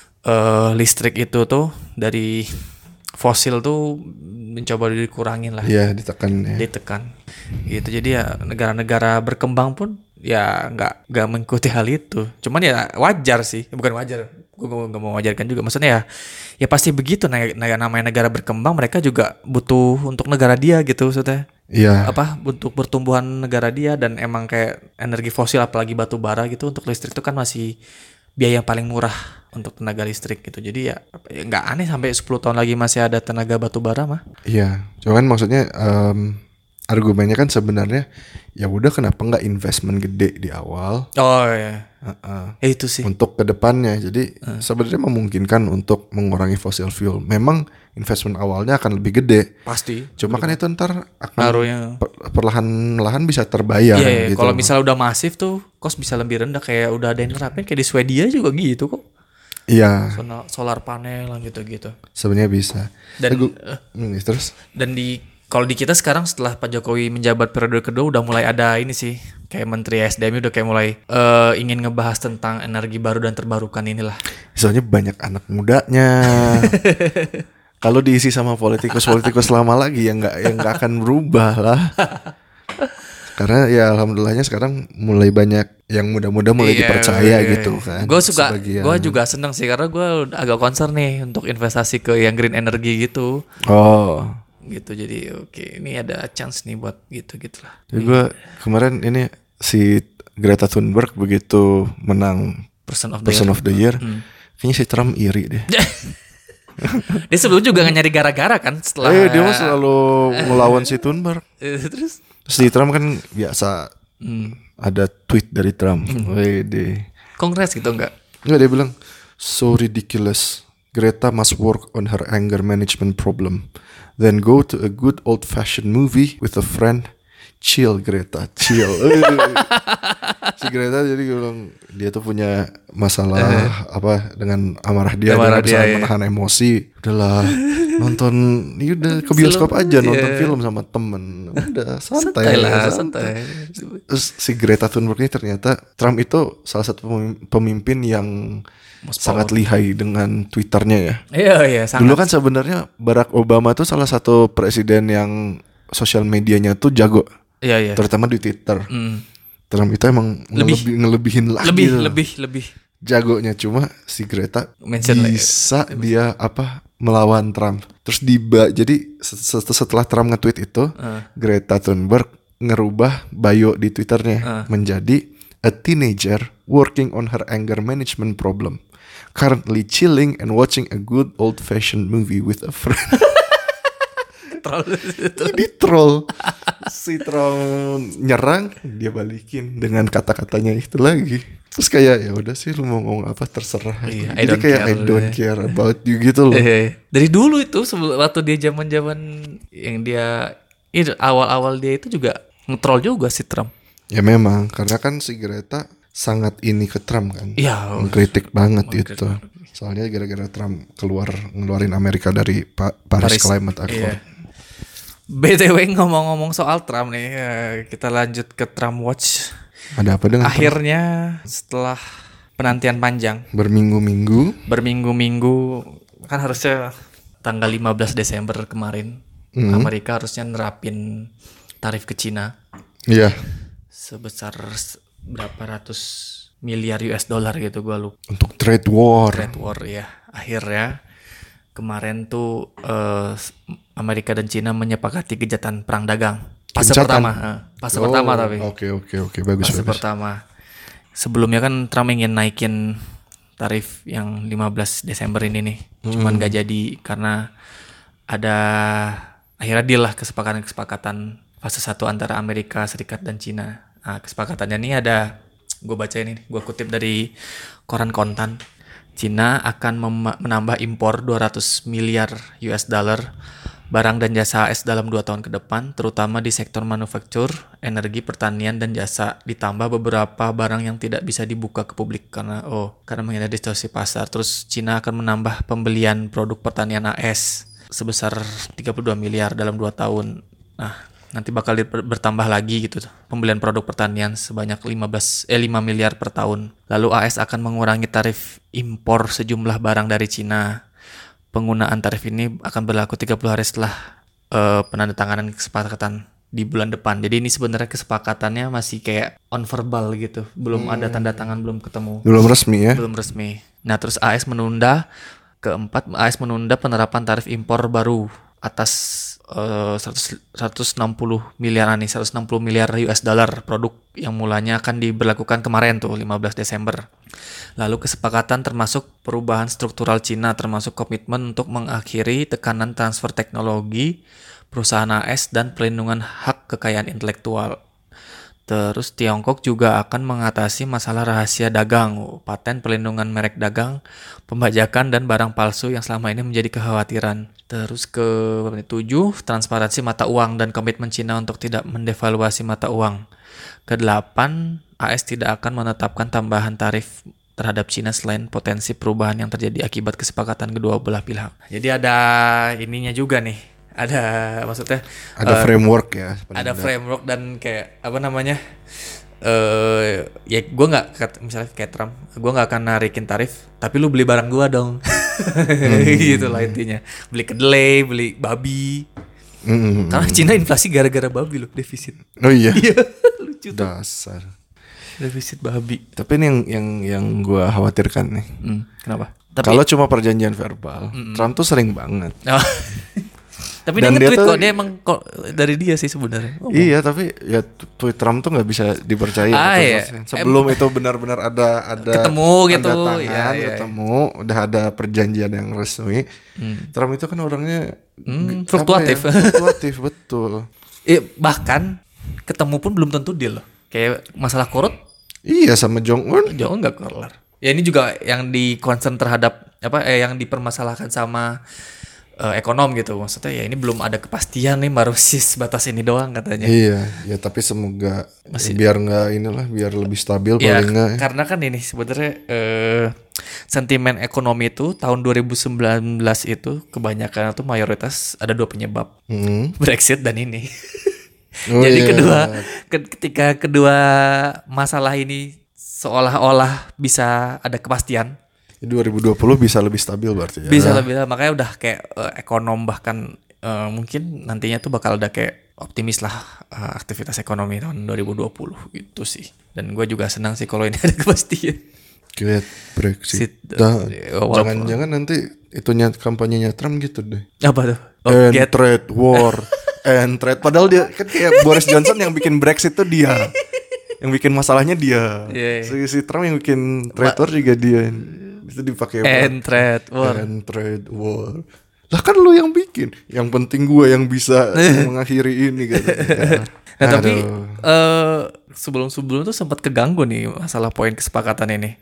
eh, listrik itu tuh dari fosil tuh mencoba dikurangin lah. Iya ditekan ya. Ditekan gitu. Jadi ya negara-negara berkembang pun ya nggak nggak mengikuti hal itu. Cuman ya wajar sih, bukan wajar, gue nggak mau wajarkan juga, maksudnya ya ya pasti begitu. Neg- neg- namanya negara berkembang, mereka juga butuh untuk negara dia gitu, maksudnya Iya. apa untuk pertumbuhan negara dia. Dan emang kayak energi fosil apalagi batu bara gitu untuk listrik itu kan masih biaya yang paling murah untuk tenaga listrik gitu. Jadi ya apa ya, nggak aneh sampai sepuluh tahun lagi masih ada tenaga batu bara mah. Iya. Cuman maksudnya em, argumennya kan sebenarnya ya udah kenapa nggak investment gede di awal. Oh iya. Uh-uh. Ya, itu sih. Untuk kedepannya, jadi sebenarnya memungkinkan untuk mengurangi fossil fuel. Memang investment awalnya akan lebih gede, Pasti. cuma kan itu ntar akan Ngaruhnya. per- perlahan-lahan bisa terbayar. Iya, iya. gitu. Kalau misalnya udah masif tuh, kos bisa lebih rendah. Kayak udah ada yang nerapin kayak di Swedia juga gitu kok. Iya, Solar, solar panel lah gitu-gitu. sebenarnya bisa. Dan Eh, gua- eh, hmm, terus, dan di kalau di kita sekarang setelah Pak Jokowi menjabat periode kedua udah mulai ada ini sih, kayak Menteri S D M udah kayak mulai eh, ingin ngebahas tentang energi baru dan terbarukan inilah. soalnya banyak anak mudanya. Kalau diisi sama politikus-politikus lama lagi yang nggak yang nggak akan berubah lah. Karena ya alhamdulillahnya sekarang mulai banyak yang muda-muda mulai Iya, dipercaya iya. gitu kan. Gue suka, sebagian. gue juga seneng sih karena gue agak concern nih untuk investasi ke yang green energy gitu, Oh, gitu. Jadi oke, ini ada chance nih buat gitu gitulah. jadi gue kemarin ini si Greta Thunberg begitu menang Person of the Person year. of the Year, Hmm. kayaknya si Trump iri deh. Dia sebelum juga nggak nyari gara-gara kan setelah. Eh dia mah selalu ngelawan si Thunberg. Eh, terus. Terus si Trump kan biasa Hmm. ada tweet dari Trump. Wede. Kongres gitu enggak? Enggak, dia bilang so ridiculous. Greta must work on her anger management problem. Then go to a good old fashioned movie with a friend. Chill Greta, chill. Eh. Si Greta jadi gue bilang dia tuh punya masalah apa dengan amarah dia, Amarah dia bisa dia, menahan emosi. Udahlah nonton, ya udah ke bioskop aja nonton Iya. film sama temen, udah Santai santai, lah, santai. santai. Terus si Greta Thunberg ini ternyata Trump itu salah satu pemim- pemimpin yang Most sangat lihai dengan Twitternya ya. Iya, iya, sangat. Dulu kan sebenarnya Barack Obama tuh salah satu presiden yang sosial medianya tuh jago, Iya, iya. terutama di Twitter. Mm. Trump itu emang Lebih. ngelebih, ngelebihin lagi Lebih, tuh. lebih, lebih. Jagonya cuma si Greta Mention lah ya. bisa dia apa melawan Trump. Terus diba jadi set- setelah Trump nge-tweet itu, Uh. Greta Thunberg ngerubah bio di Twitternya Uh. menjadi a teenager working on her anger management problem. Currently chilling and watching a good old-fashioned movie with a friend. Troll. Jadi troll. Si troll nyerang, dia balikin dengan kata-katanya itu lagi. Terus kayak ya udah sih lu mau ngomong apa terserah. Iya, I Jadi don't kayak care. I don't care about you gitu loh. Iya, iya. Dari dulu itu sebelum waktu dia zaman-zaman yang dia itu awal-awal dia itu juga nge-troll juga si Trump. Ya memang karena kan si Greta sangat ini ke Trump kan. Iya. Mengkritik banget Mengkritik itu. Soalnya gara-gara Trump keluar ngeluarin Amerika dari pa- Paris, Paris. Climate Accord. Iya. B T W ngomong-ngomong soal Trump nih, eh, kita lanjut ke Trump Watch. Ada apa dengan Trump? Akhirnya setelah penantian panjang, Berminggu-minggu. berminggu-minggu, kan harusnya tanggal lima belas Desember kemarin Hmm. Amerika harusnya nerapin tarif ke Cina Iya. sebesar s- berapa ratus miliar U S dollar gitu, gua lupa. Untuk trade war. Trade war ya. Akhirnya kemarin tuh eh, Amerika dan Cina menyepakati gencatan perang dagang. Fase Gencatan? pertama, eh, fase Oh, pertama tapi. Oke oke oke bagus Fase bagus. pertama. Sebelumnya kan Trump ingin naikin tarif yang lima belas Desember ini nih. Cuman Hmm. gak jadi karena ada akhirnya deal lah, kesepakatan-kesepakatan fase satu antara Amerika Serikat dan Cina. Nah, kesepakatannya nih ada, gue baca ini, gue kutip dari koran Kontan. Cina akan mem- menambah impor dua ratus miliar U S dollar barang dan jasa A S dalam dua tahun ke depan, terutama di sektor manufaktur, energi, pertanian, dan jasa, ditambah beberapa barang yang tidak bisa dibuka ke publik karena oh karena menghindari distorsi pasar. Terus Cina akan menambah pembelian produk pertanian A S sebesar tiga puluh dua miliar dalam dua tahun. Nah, nanti bakal di- bertambah lagi gitu pembelian produk pertanian sebanyak lima belas eh lima miliar per tahun. Lalu A S akan mengurangi tarif impor sejumlah barang dari Cina. Penggunaan tarif ini akan berlaku tiga puluh hari setelah eh, penandatanganan kesepakatan di bulan depan. Jadi ini sebenarnya kesepakatannya masih kayak on verbal gitu. Belum ada tanda tangan, belum ketemu. Belum resmi ya. Belum resmi. Nah, terus A S menunda keempat A S menunda penerapan tarif impor baru atas eh, seratus, seratus enam puluh miliar nih, seratus enam puluh miliar U S dollar produk yang mulanya akan diberlakukan kemarin tuh lima belas Desember. Lalu kesepakatan termasuk perubahan struktural Cina, termasuk komitmen untuk mengakhiri tekanan transfer teknologi perusahaan A S dan pelindungan hak kekayaan intelektual. Terus Tiongkok juga akan mengatasi masalah rahasia dagang, paten, pelindungan merek dagang, pembajakan, dan barang palsu yang selama ini menjadi kekhawatiran. Terus ke tujuh, transparansi mata uang dan komitmen Cina untuk tidak mendevaluasi mata uang. Kedelapan, A S tidak akan menetapkan tambahan tarif terhadap Cina selain potensi perubahan yang terjadi akibat kesepakatan kedua belah pihak. Jadi ada ininya juga nih. Ada maksudnya Ada eh, framework ya. ada framework dan kayak apa namanya eh ya gue nggak kat- misalnya kayak Trump, gue nggak akan narikin tarif tapi lu beli barang gue dong. Gitu lah intinya, beli kedelai, beli babi, Mm. karena Cina inflasi gara-gara babi loh, defisit. Oh iya. Lucu tuh, Dasar. defisit babi. Tapi ini yang yang yang gue khawatirkan nih. Hmm, kenapa? Tapi Kalau cuma perjanjian verbal, Trump tuh sering banget. oh. Tapi Dan dia dia nge-tweet tuh- kok, dia emang kok dari dia sih sebenarnya. Oh, Iya, tapi ya t- tweet Trump tuh nggak bisa dipercaya. Ah, betul, iya. maksudnya. Sebelum itu benar-benar ada ada Ketemu gitu, tanda tangan, iya, iya. ketemu, udah ada perjanjian yang resmi. Trump itu kan orangnya Hmm, g- fluktuatif. apa ya, fluktuatif betul. Eh, bahkan ketemu pun belum tentu deal loh. Kayak masalah korut, Iya sama Jong Un. jauh nggak kelar. Ya ini juga yang di concern terhadap apa eh yang dipermasalahkan sama uh, ekonom gitu. Maksudnya ya ini belum ada kepastian nih, baru sih sebatas ini doang katanya. Iya, ya tapi semoga Masih- biar nggak inilah, biar lebih stabil Ya, paling nggak. karena kan ini sebenarnya eh, sentimen ekonomi itu tahun dua ribu sembilan belas itu kebanyakan tuh mayoritas ada dua penyebab, Hmm. Brexit dan ini. Oh, Jadi iya. kedua ke- ketika kedua masalah ini seolah-olah bisa ada kepastian, dua ribu dua puluh bisa lebih stabil berarti ya. bisa lebih makanya udah kayak eh, ekonom bahkan eh, mungkin nantinya tuh bakal ada kayak optimis lah eh, aktivitas ekonomi tahun dua ribu dua puluh gitu sih. Dan gue juga senang sih kalau ini ada kepastian. Get Brexit. Sit- Dah, eh, walaupun- jangan-jangan nanti itunya kampanyenya Trump gitu deh. Apa tuh? Oh, And get trade war, and trade. Padahal dia kan kayak Boris Johnson yang bikin Brexit tuh dia, yang bikin masalahnya dia. Iya, iya. Si, si Trump yang bikin trade war juga dia. Itu dipakai and trade war. And trade war. Lah kan lu yang bikin. Yang penting gue yang bisa mengakhiri ini katanya. Nah tapi Aduh. eh sebelum-sebelum tuh sempat keganggu nih masalah poin kesepakatan ini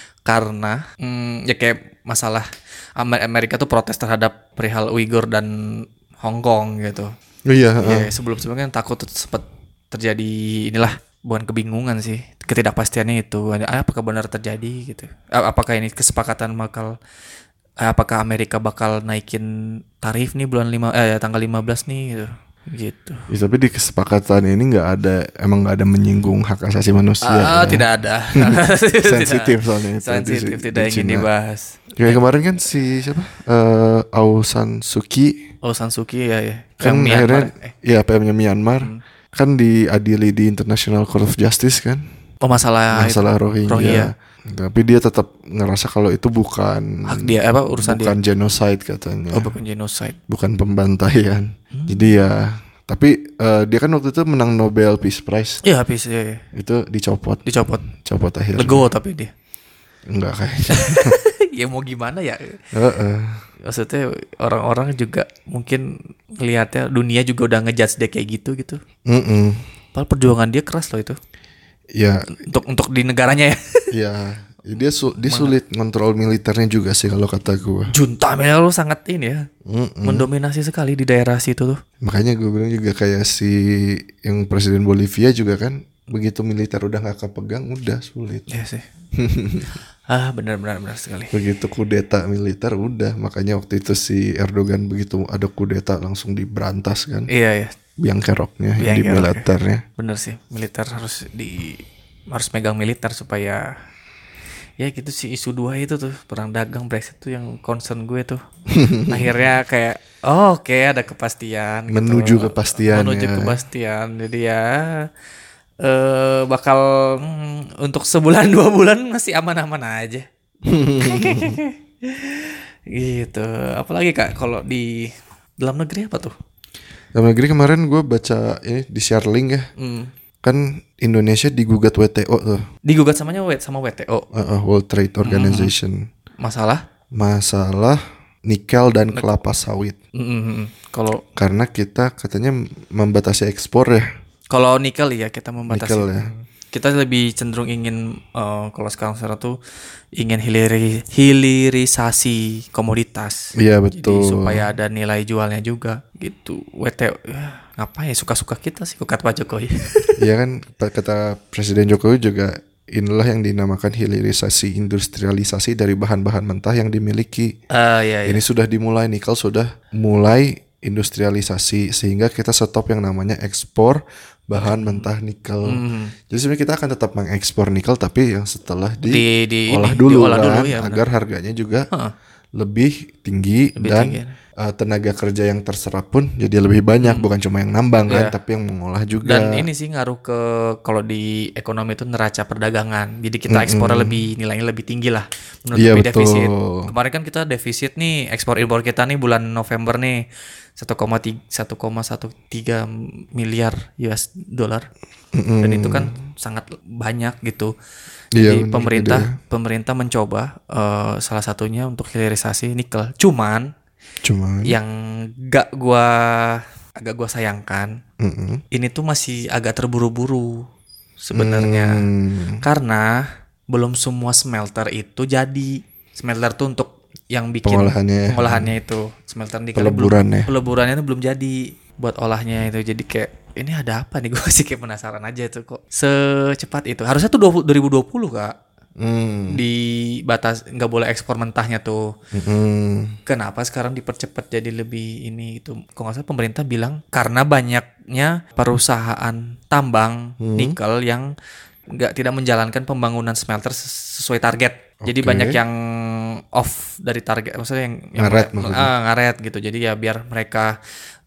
karena hmm, ya kayak masalah Amer- Amerika tuh protes terhadap perihal Uighur dan Hong Kong gitu. Oh iya, Ya sebelum-sebelumnya kan takut tuh sempat terjadi inilah bukan kebingungan sih, ketidakpastiannya itu ah, apakah benar terjadi gitu. A- Apakah ini kesepakatan bakal eh, apakah Amerika bakal naikin tarif nih bulan lima eh tanggal lima belas nih gitu. Gitu. Ya, tapi di kesepakatan ini nggak ada, emang nggak ada menyinggung hak asasi manusia. Ah, ya. tidak ada. Sensitif Tidak. soalnya itu Sensitif, di- tidak di ingin Cina. dibahas. Kayak kemarin kan si siapa? Eh Aung San Suu Kyi Oh, San Suu Kyi ya ya. kan Yang akhirnya Myanmar, eh. ya P M-nya Myanmar kan diadili di International Court of Justice kan Oh, masalah, masalah itu. Rohingya. Rohingya. Tapi dia tetap ngerasa kalau itu bukan Hak dia apa urusan bukan dia. genocide katanya. Oh, bukan genocide. Bukan pembantaian. Hmm. Jadi ya tapi eh, dia kan waktu itu menang Nobel Peace Prize. Iya, habis ya, ya. Itu dicopot. Dicopot. Copot akhirnya. Legowo tapi dia. Enggak kayaknya. Ya mau gimana ya? Heeh. Maksudnya orang-orang juga mungkin ngelihatnya dunia juga udah ngejudge dia kayak gitu gitu. Mm-mm. Padahal perjuangan dia keras loh itu. Ya, Untuk untuk di negaranya ya. ya dia su- dia sulit ngontrol militernya juga sih kalau kata gue. Junta Melo sangat ini ya. Mm-mm. Mendominasi sekali di daerah situ tuh. Makanya gue bilang juga kayak si yang presiden Bolivia juga kan begitu militer udah nggak kepegang udah sulit. Iya sih. Ah, benar-benar benar sekali. Begitu kudeta militer udah, makanya waktu itu si Erdogan begitu ada kudeta langsung diberantas kan. Iya ya. Biang keroknya Biang di kerok, militernya. Bener sih, militer harus di harus megang militer supaya ya gitu sih isu dua itu tuh perang dagang Brexit tuh yang concern gue tuh. Akhirnya kayak oh, oke ada kepastian gitu. Menuju kepastian Menuju ya. kepastian. Jadi ya eh bakal hmm, untuk sebulan dua bulan masih aman-aman aja. Gitu. Apalagi Kak kalau di dalam negeri apa tuh? Dalam negeri kemarin gue baca ini di share link ya. Hmm. Kan Indonesia digugat W T O tuh. Digugat samanya W- sama W T O. Uh, uh, World Trade Organization. Masalah? Masalah nikel dan kelapa sawit. Mm-mm. Kalau Karena kita katanya membatasi ekspor ya. kalau nikel ya kita membatasi. Nikel ya. Kita lebih cenderung ingin eh, kalau sekarang sekarang tuh ingin hiliri, hilirisasi komoditas. Iya Jadi betul. supaya ada nilai jualnya juga gitu. W T O ya, ngapain ya suka-suka kita sih kata Pak Jokowi. Iya kan kata Presiden Jokowi juga inilah yang dinamakan hilirisasi industrialisasi dari bahan-bahan mentah yang dimiliki. Ah iya iya. Ini sudah dimulai, nikel sudah mulai industrialisasi sehingga kita stop yang namanya ekspor bahan mentah nikel. Hmm. Jadi sebenarnya kita akan tetap mengekspor nikel tapi yang setelah Di- diolah di ini, dulu diolah kan dulu, ya, benar. agar harganya juga Heeh. lebih tinggi Lebih dan tinggi. uh, tenaga kerja yang terserap pun jadi lebih banyak, bukan cuma yang nambang kan, Iya. tapi yang mengolah juga. Dan ini sih ngaruh ke kalau di ekonomi itu neraca perdagangan. Jadi kita ekspornya lebih nilainya lebih tinggi lah menutupi Iya, betul. defisit. Kemarin kan kita defisit nih ekspor impor kita nih bulan November nih satu koma tiga miliar U S dollar. Dan itu kan sangat banyak gitu. Iya, Jadi benar, pemerintah gede. pemerintah mencoba eh, salah satunya untuk hilirisasi nikel. Cuman Cuma yang gak gua agak gua sayangkan mm-mm. ini tuh masih agak terburu-buru sebenarnya Hmm. karena belum semua smelter itu jadi smelter tuh untuk yang bikin pengolahannya, pengolahannya itu smelter nikel peleburannya. belum, peleburannya itu belum jadi buat olahnya itu. Jadi kayak ini ada apa nih, gue sih kayak penasaran aja tuh kok secepat itu. Harusnya tuh dua ribu dua puluh Kak. Hmm. Di batas nggak boleh ekspor mentahnya tuh. Hmm. Kenapa sekarang dipercepat jadi lebih ini itu? Kalau nggak salah pemerintah bilang karena banyaknya perusahaan tambang hmm. nikel yang nggak tidak menjalankan pembangunan smelter sesuai target. Okay. Jadi banyak yang off dari target, maksudnya yang, yang ngaret, mulai, uh, ngaret gitu. Jadi ya biar mereka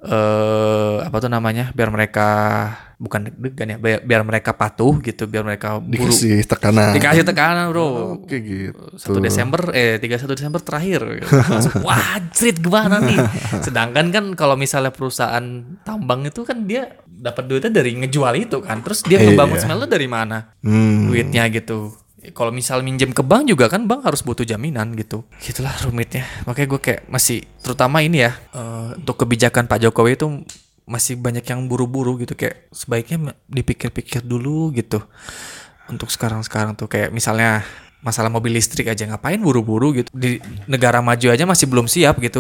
uh, apa tuh namanya? Biar mereka bukan deg-degan ya, biar, biar mereka patuh gitu, biar mereka buru. Dikasih tekanan. Dikasih tekanan, Bro. Oh, Oke gitu. satu Desember eh tiga puluh satu Desember terakhir. Langsung, wah, jrit gimana nih? Sedangkan kan kalau misalnya perusahaan tambang itu kan dia dapat duitnya dari ngejual itu kan. Terus dia ngebangun eh, iya. smelter dari mana? Hmm. Duitnya gitu. Kalau misal minjem ke bank juga kan bank harus butuh jaminan gitu. Gitulah rumitnya. Makanya gue kayak masih terutama ini ya uh, untuk kebijakan Pak Jokowi itu masih banyak yang buru-buru gitu, kayak sebaiknya dipikir-pikir dulu gitu. Untuk sekarang-sekarang tuh kayak misalnya masalah mobil listrik aja, ngapain buru-buru gitu. Di negara maju aja masih belum siap gitu.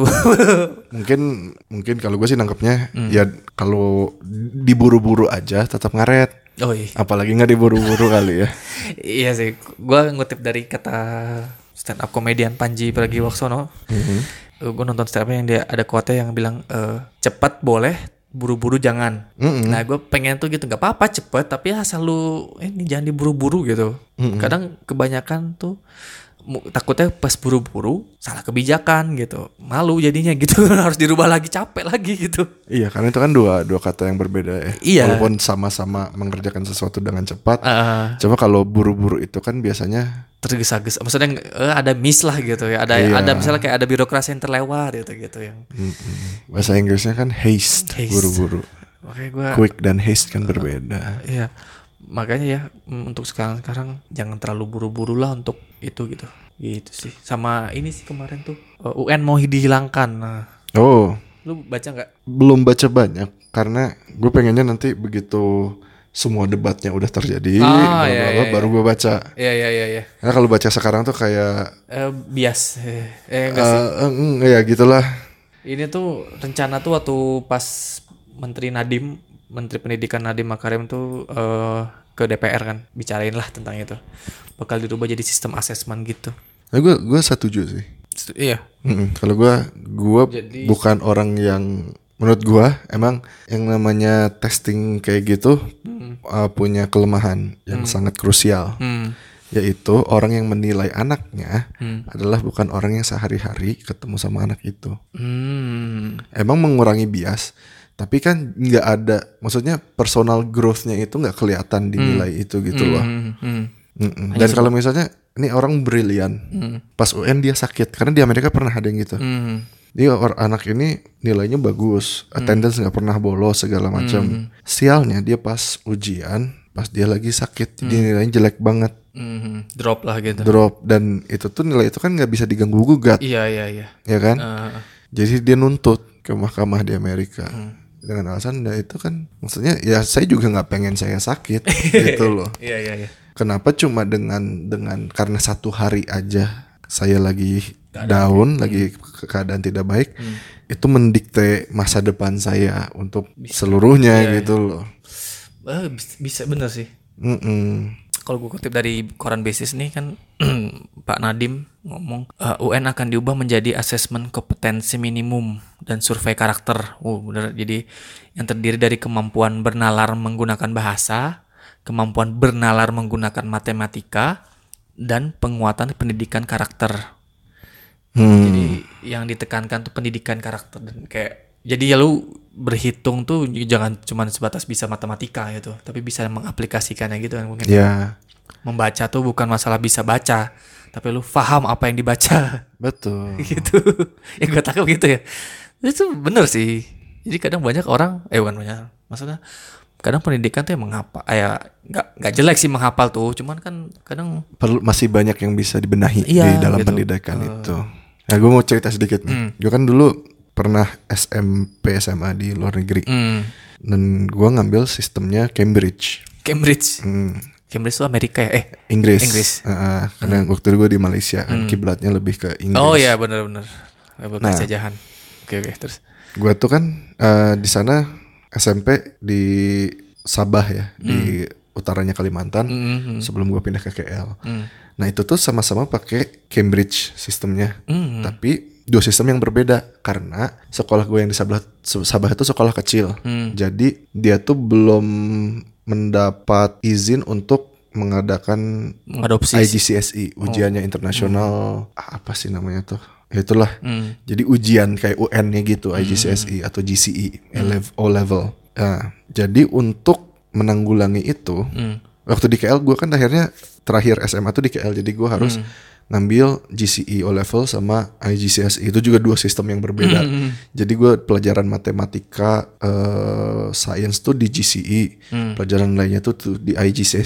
Mungkin mungkin kalau gue sih nangkepnya hmm. ya kalau diburu-buru aja tetap ngaret. Oh iya. Apalagi nggak diburu-buru kali ya. Iya sih, gue ngutip dari kata stand up komedian Panji Pragiwaksono. Mm-hmm. Uh, gue nonton stand up yang dia ada quote yang bilang uh, cepat boleh, buru-buru jangan. Mm-hmm. Nah gue pengen tuh gitu, nggak apa-apa cepet, tapi asal lu ini jangan diburu-buru gitu. Mm-hmm. Kadang kebanyakan tuh takutnya pas buru-buru salah kebijakan gitu, malu jadinya gitu. Harus dirubah lagi, capek lagi gitu. Iya, karena itu kan dua dua kata yang berbeda ya. Iya. Walaupun sama-sama mengerjakan sesuatu dengan cepat, uh, coba kalau buru-buru itu kan biasanya tergesa-gesa. Maksudnya uh, ada miss lah gitu ya. Ada iya. ada misalnya kayak ada birokrasi yang terlewat gitu gitu yang. Mm-mm. Bahasa Inggrisnya kan haste, haste. Buru-buru. Makanya gua, quick dan haste kan uh, berbeda. Iya. Makanya ya untuk sekarang-sekarang jangan terlalu buru-buru lah untuk itu gitu. Gitu sih. Sama ini sih kemarin tuh uh, U N mau dihilangkan. Nah. Oh. Lu baca nggak? Belum baca banyak karena gue pengennya nanti begitu semua debatnya udah terjadi, oh, bla, iya, bla, iya, baru iya. gue baca. Iya iya iya. iya. Karena kalau baca sekarang tuh kayak uh, bias. Eh, eh enggak sih. Uh, uh, ya gitulah. Ini tuh rencana tuh waktu pas Menteri Nadiem, Menteri Pendidikan Nadiem Makarim tuh uh, ke D P R kan, bicarain lah tentang itu. Bakal dirubah jadi sistem asesmen gitu. Nah, gue gue setuju sih. Setu, iya. Kalau gue gue jadi, bukan orang yang menurut gue emang yang namanya testing kayak gitu hmm. uh, punya kelemahan yang hmm. sangat krusial. Hmm. Yaitu orang yang menilai anaknya hmm. adalah bukan orang yang sehari-hari ketemu sama anak itu. Hmm. Emang mengurangi bias. Tapi kan nggak ada, maksudnya personal growth-nya itu nggak kelihatan di nilai hmm. itu gitu loh. Hmm. Hmm. Dan kalau misalnya ini orang brilian, hmm. pas U N dia sakit karena di Amerika pernah ada yang gitu. Hmm. Dia orang anak ini nilainya bagus, hmm. attendance nggak pernah bolos segala macam. Hmm. Sialnya dia pas ujian, pas dia lagi sakit, hmm. dia nilainya jelek banget. Hmm. Drop lah gitu. Drop, dan itu tuh nilai itu kan nggak bisa diganggu gugat. Iya iya iya. Ya kan? Uh. Jadi dia nuntut ke mahkamah di Amerika. Hmm. Dengan alasan nah itu kan maksudnya ya saya juga nggak pengen saya sakit gitu loh. Iya iya iya. Kenapa cuma dengan dengan karena satu hari aja saya lagi keadaan down, hmm. lagi keadaan tidak baik, hmm. itu mendikte masa depan saya untuk bisa, seluruhnya iya, gitu iya. loh. Uh, bisa bener sih. Mm-mm. Kalau gue kutip dari koran Basis nih kan Pak Nadiem ngomong uh, U N akan diubah menjadi asesmen kompetensi minimum dan survei karakter. Oh bener, jadi yang terdiri dari kemampuan bernalar menggunakan bahasa, kemampuan bernalar menggunakan matematika, dan penguatan pendidikan karakter. Hmm. Jadi yang ditekankan tuh pendidikan karakter dan kayak jadi ya lu berhitung tuh jangan cuma sebatas bisa matematika gitu, tapi bisa mengaplikasikannya gitu kan mungkin. Yeah. Membaca tuh bukan masalah bisa baca, tapi lu paham apa yang dibaca. Betul. Gitu. Ya gue takut gitu ya. Itu bener sih. Jadi kadang banyak orang, eh bukan banyak, maksudnya kadang pendidikan tuh emang ngapa, ya nggak nggak jelek sih menghafal tuh, cuman kan kadang perlu masih banyak yang bisa dibenahi iya, di dalam gitu. pendidikan uh. itu. Nah gue mau cerita sedikit nih. Hmm. Gue kan dulu pernah S M P S M A di luar negeri, hmm. dan gue ngambil sistemnya Cambridge. Cambridge. Hmm. Cambridge itu Amerika ya? Eh, Inggris. Inggris. Uh, karena hmm. waktu itu gue di Malaysia kan, hmm. kiblatnya lebih ke Inggris. Oh iya benar-benar. Bekas Nah, jajahan. Oke oke terus. Gue tuh kan uh, di sana S M P di Sabah ya, hmm. di utaranya Kalimantan. Hmm. Sebelum gue pindah ke K L. Hmm. Nah itu tuh sama-sama pakai Cambridge sistemnya. Hmm. Tapi dua sistem yang berbeda karena sekolah gue yang di Sabah, Sabah itu sekolah kecil. Hmm. Jadi dia tuh belum mendapat izin untuk mengadakan mengadopsi I G C S E, ujiannya oh. internasional hmm. apa sih namanya tuh? Ya itulah. Hmm. Jadi ujian kayak U N-nya gitu, I G C S E hmm. atau G C E, hmm. O level. Nah, jadi untuk menanggulangi itu, hmm. waktu di K L gue kan akhirnya terakhir S M A tuh di K L, jadi gue harus hmm. ngambil G C E O level sama I G C S E, itu juga dua sistem yang berbeda. Mm-hmm. Jadi gue pelajaran matematika, uh, sains tuh di G C E, mm. pelajaran lainnya tuh, tuh di I G C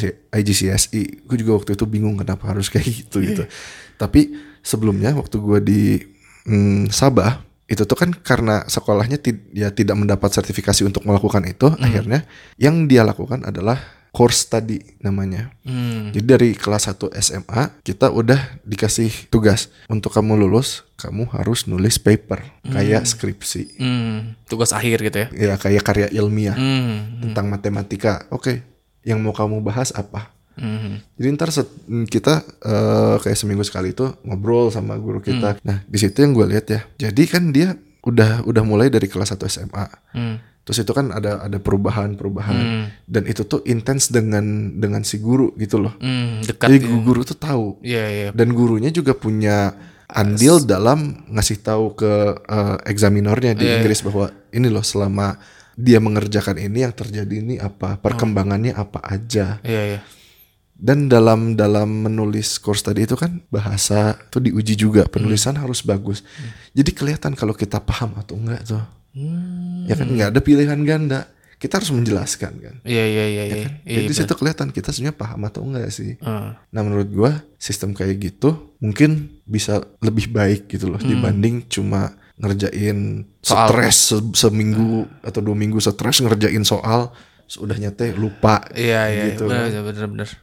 S E. Gue juga waktu itu bingung kenapa harus kayak gitu yeah. gitu. Tapi sebelumnya waktu gue di mm, Sabah itu tuh kan karena sekolahnya ti- ya tidak mendapat sertifikasi untuk melakukan itu, mm. akhirnya yang dia lakukan adalah course study namanya. Hmm. Jadi dari kelas satu S M A kita udah dikasih tugas untuk kamu lulus, kamu harus nulis paper hmm. kayak skripsi. Hmm. Tugas akhir gitu ya? Ya kayak karya ilmiah hmm. tentang matematika. Oke, okay. yang mau kamu bahas apa? Hmm. Jadi ntar set, kita uh, kayak seminggu sekali itu ngobrol sama guru kita. Hmm. Nah di situ yang gue lihat ya. Jadi kan dia udah udah mulai dari kelas satu S M A. Hmm. Terus itu kan ada ada perubahan-perubahan hmm. dan itu tuh intens dengan dengan si guru gitu loh. Hmm, dekat. Jadi ya. Guru tuh tahu. Yeah, yeah. Dan gurunya juga punya andil As. dalam ngasih tahu ke uh, examinernya di yeah, Inggris yeah. bahwa ini loh selama dia mengerjakan ini yang terjadi ini apa, perkembangannya oh. apa aja. Yeah, yeah. Dan dalam dalam menulis course tadi itu kan bahasa tuh diuji juga, penulisan hmm. harus bagus. Hmm. Jadi kelihatan kalau kita paham atau enggak tuh. Hmm. Ya kan nggak ada pilihan ganda, kita harus menjelaskan kan. Iya iya iya. Ya kan? Iya, jadi di situ kelihatan kita sebenarnya paham atau enggak sih. Uh. Nah menurut gua sistem kayak gitu mungkin bisa lebih baik gitu loh hmm. dibanding cuma ngerjain stres se- seminggu uh. atau dua minggu stres ngerjain soal, sudah nyate lupa. Iya iya. Gitu, benar-benar.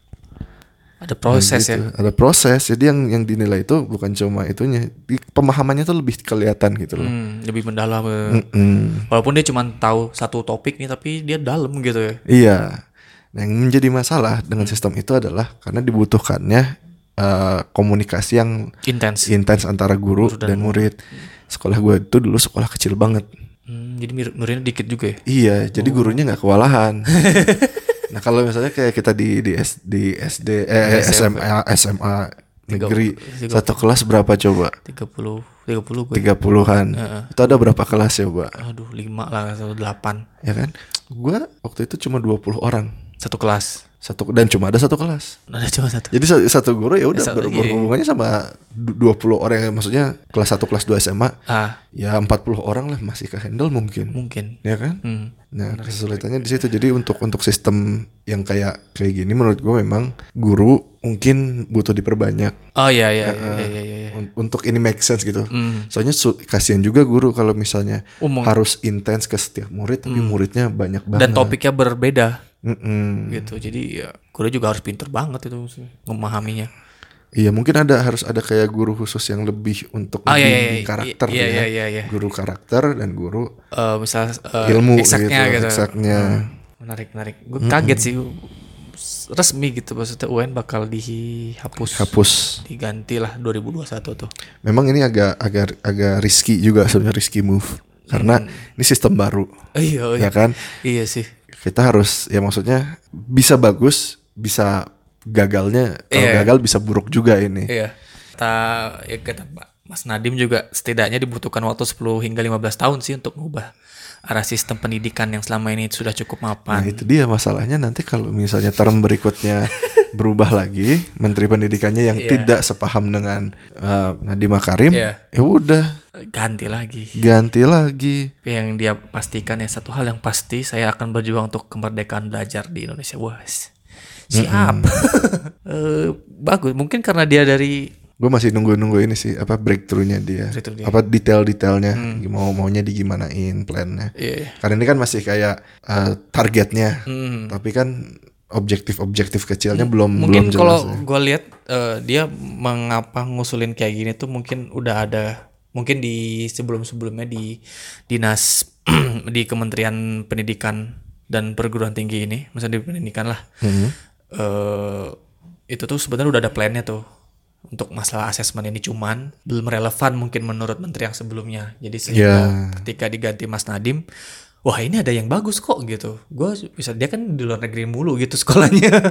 Ada proses nah, gitu. ya. Ada proses. Jadi yang yang dinilai itu bukan cuma itunya, pemahamannya tuh lebih kelihatan gitu loh. Hmm, lebih mendalam. Mm-mm. Walaupun dia cuma tahu satu topik nih, tapi dia dalam gitu ya. Iya. Nah, yang menjadi masalah dengan hmm. sistem itu adalah karena dibutuhkannya uh, komunikasi yang intens, intens antara guru, guru dan, dan murid. Sekolah gue itu dulu sekolah kecil banget. Hmm, jadi muridnya dikit juga ya? Iya. Jadi oh. gurunya nggak kewalahan. Nah kalau misalnya kayak kita di di, S, di S D eh, S M A S M A negeri tiga puluh, satu kelas berapa coba? tiga puluh tiga puluh gue. tiga puluhan. Uh-uh. Itu ada berapa kelas coba? Aduh, lima lah atau delapan. Ya kan? Gua waktu itu cuma dua puluh orang. Satu kelas. Satu dan cuma ada satu kelas. Ada cuma satu. Jadi satu guru ya udah ber- berhubungannya sama dua puluh orang, maksudnya kelas satu kelas dua S M A. Ah. Ya empat puluh orang lah masih ke handle mungkin. Mungkin. Ya kan? Hmm. Nah, menarik, kesulitannya di situ. Jadi untuk untuk sistem yang kayak kayak gini menurut gue memang guru mungkin butuh diperbanyak. Oh iya iya, uh, iya, iya, iya, iya. Untuk ini make sense gitu. Mm. Soalnya su- kasihan juga guru kalau misalnya Umum. harus intens ke setiap murid tapi mm. muridnya banyak banget. Dan topiknya berbeda. Mm-mm. Gitu. Jadi ya guru juga harus pinter banget itu memahaminya. Iya, mungkin ada harus ada kayak guru khusus yang lebih untuk oh, iya, iya, karakter iya, ya. Iya, iya, iya. Guru karakter dan guru uh, misal uh, ilmu eksaknya gitu. gitu. Eksaknya. Hmm, menarik, menarik. Gue kaget sih resmi gitu maksudnya U N bakal dihapus. Hapus. Diganti lah dua ribu dua puluh satu tuh. Memang ini agak agak agak risky juga sebenarnya, risky move. Karena hmm. ini sistem baru. Oh, iya, iya. Ya kan? Iya sih. Kita harus ya maksudnya bisa bagus, bisa gagalnya, kalau yeah. gagal bisa buruk juga ini. Iya. Kata ya kata Mas Nadim juga setidaknya dibutuhkan waktu sepuluh hingga lima belas tahun sih untuk mengubah arah sistem pendidikan yang selama ini sudah cukup mapan. Nah, itu dia masalahnya nanti kalau misalnya term berikutnya berubah lagi, menteri pendidikannya yang yeah. tidak sepaham dengan uh, Nadiem Makarim, yeah. ya udah ganti lagi. Ganti lagi. Yang dia pastikan ya satu hal yang pasti, saya akan berjuang untuk kemerdekaan belajar di Indonesia. Wah. Siap. uh, bagus. Mungkin karena dia dari gue masih nunggu-nunggu ini sih apa breakthrough-nya dia. Breakthrough dia. Apa detail-detailnya hmm. mau maunya digimanain plannya. Yeah. Karena ini kan masih kayak uh, targetnya. Hmm. Tapi kan objektif-objektif kecilnya belum Mungkin belum kalau jelas. Ya. gue lihat uh, dia mengapa ngusulin kayak gini tuh mungkin udah ada, mungkin di sebelum-sebelumnya di dinas di Kementerian Pendidikan dan Perguruan Tinggi ini, misalnya di pendidikan lah, hmm. uh, itu tuh sebenarnya udah ada plannya tuh untuk masalah asesmen ini, cuman belum relevan mungkin menurut menteri yang sebelumnya. Jadi sehingga yeah. ketika diganti Mas Nadiem, wah ini ada yang bagus kok gitu. Gue bisa, dia kan di luar negeri mulu gitu sekolahnya,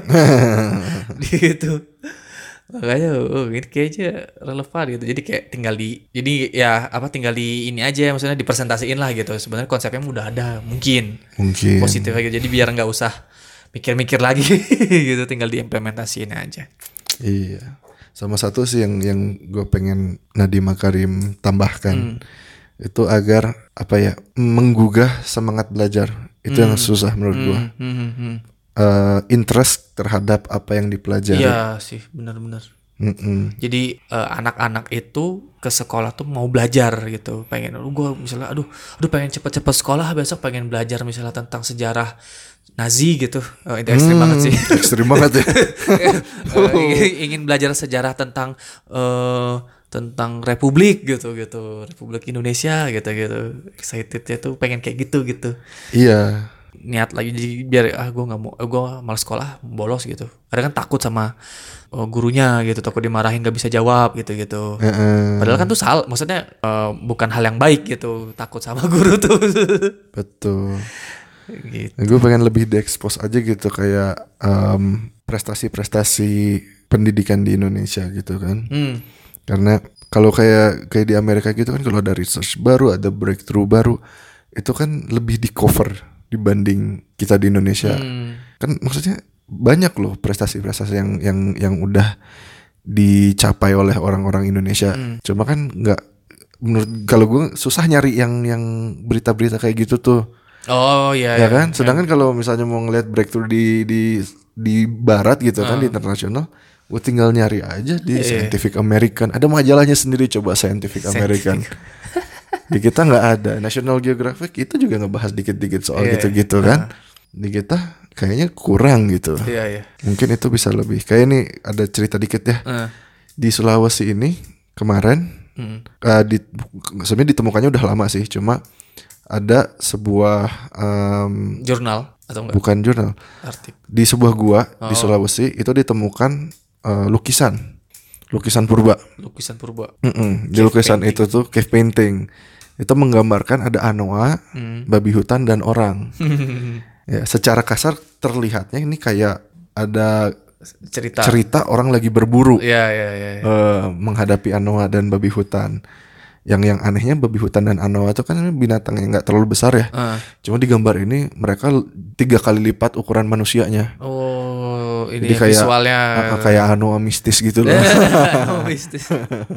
gitu. Makanya oh, ini kayaknya relevan gitu. Jadi kayak tinggal di, jadi ya apa tinggal di ini aja, maksudnya dipresentasiin lah gitu. Sebenarnya konsepnya udah ada, mungkin, mungkin. Positif aja. Jadi biar nggak usah mikir-mikir lagi gitu, tinggal diimplementasiin aja. Iya. Sama satu sih yang yang gue pengen Nadiem Makarim tambahkan, hmm. itu agar apa ya, menggugah semangat belajar. Itu hmm. yang susah menurut gue. Hmm. Hmm. Hmm. Uh, interest terhadap apa yang dipelajari. Iya sih, benar-benar. Mm-mm. Jadi uh, anak-anak itu ke sekolah tuh mau belajar gitu, pengen, lu gue misalnya, aduh, aduh pengen cepet-cepet sekolah, besok pengen belajar misalnya tentang sejarah Nazi gitu, oh, itu ekstrim hmm, banget sih. Ekstrim banget ya. uh, ingin belajar sejarah tentang uh, tentang Republik gitu gitu, Republik Indonesia gitu gitu, excitednya tuh pengen kayak gitu gitu. Iya. Niat lagi jadi biar ah gue nggak mau, gue malas sekolah, bolos gitu. Kadang kan takut sama oh, gurunya gitu, takut dimarahin nggak bisa jawab gitu gitu. Uh-uh. Padahal kan tuh salah, maksudnya uh, bukan hal yang baik gitu, takut sama guru tuh. Betul. Gitu. Nah, gue pengen lebih diekspos aja gitu, kayak um, prestasi-prestasi pendidikan di Indonesia gitu kan. Hmm. Karena kalau kayak kayak di Amerika gitu kan, kalau ada research baru, ada breakthrough baru, itu kan lebih di cover dibanding kita di Indonesia. Hmm. Kan maksudnya banyak loh prestasi-prestasi yang yang yang udah dicapai oleh orang-orang Indonesia. Hmm. Cuma kan nggak, menurut kalau gue susah nyari yang yang berita-berita kayak gitu tuh. Oh iya. Ya iya. kan. Sedangkan ya. Kalau misalnya mau ngeliat breakthrough di di di barat gitu uh. kan, di internasional, gue tinggal nyari aja di yeah. Scientific American. Ada majalahnya sendiri, coba Scientific American. Di kita nggak ada. National Geographic itu juga ngebahas dikit-dikit soal yeah, gitu-gitu kan. Uh. Di kita kayaknya kurang gitu. Iya yeah, iya. Yeah. Mungkin itu bisa lebih. Kayak ini ada cerita dikit ya. Uh. Di Sulawesi ini kemarin, hmm. uh, di, sebenarnya ditemukannya udah lama sih. Cuma ada sebuah um, jurnal atau enggak? Bukan jurnal. Artikel. Di sebuah gua oh. di Sulawesi itu ditemukan uh, lukisan. Lukisan purba. Lukisan purba. Mm-mm. Di lukisan painting. Itu tuh cave painting. Itu menggambarkan ada anoa, hmm. babi hutan dan orang. Ya, secara kasar terlihatnya ini kayak ada cerita cerita orang lagi berburu. Iya iya iya. Uh, menghadapi anoa dan babi hutan. Yang yang anehnya babi hutan dan anoa itu kan binatang yang nggak terlalu besar ya. Uh. Cuma di gambar ini mereka tiga kali lipat ukuran manusianya. Oh, ini jadi kayak, visualnya uh, kayak anoa mistis gitu loh. Anoa mistis.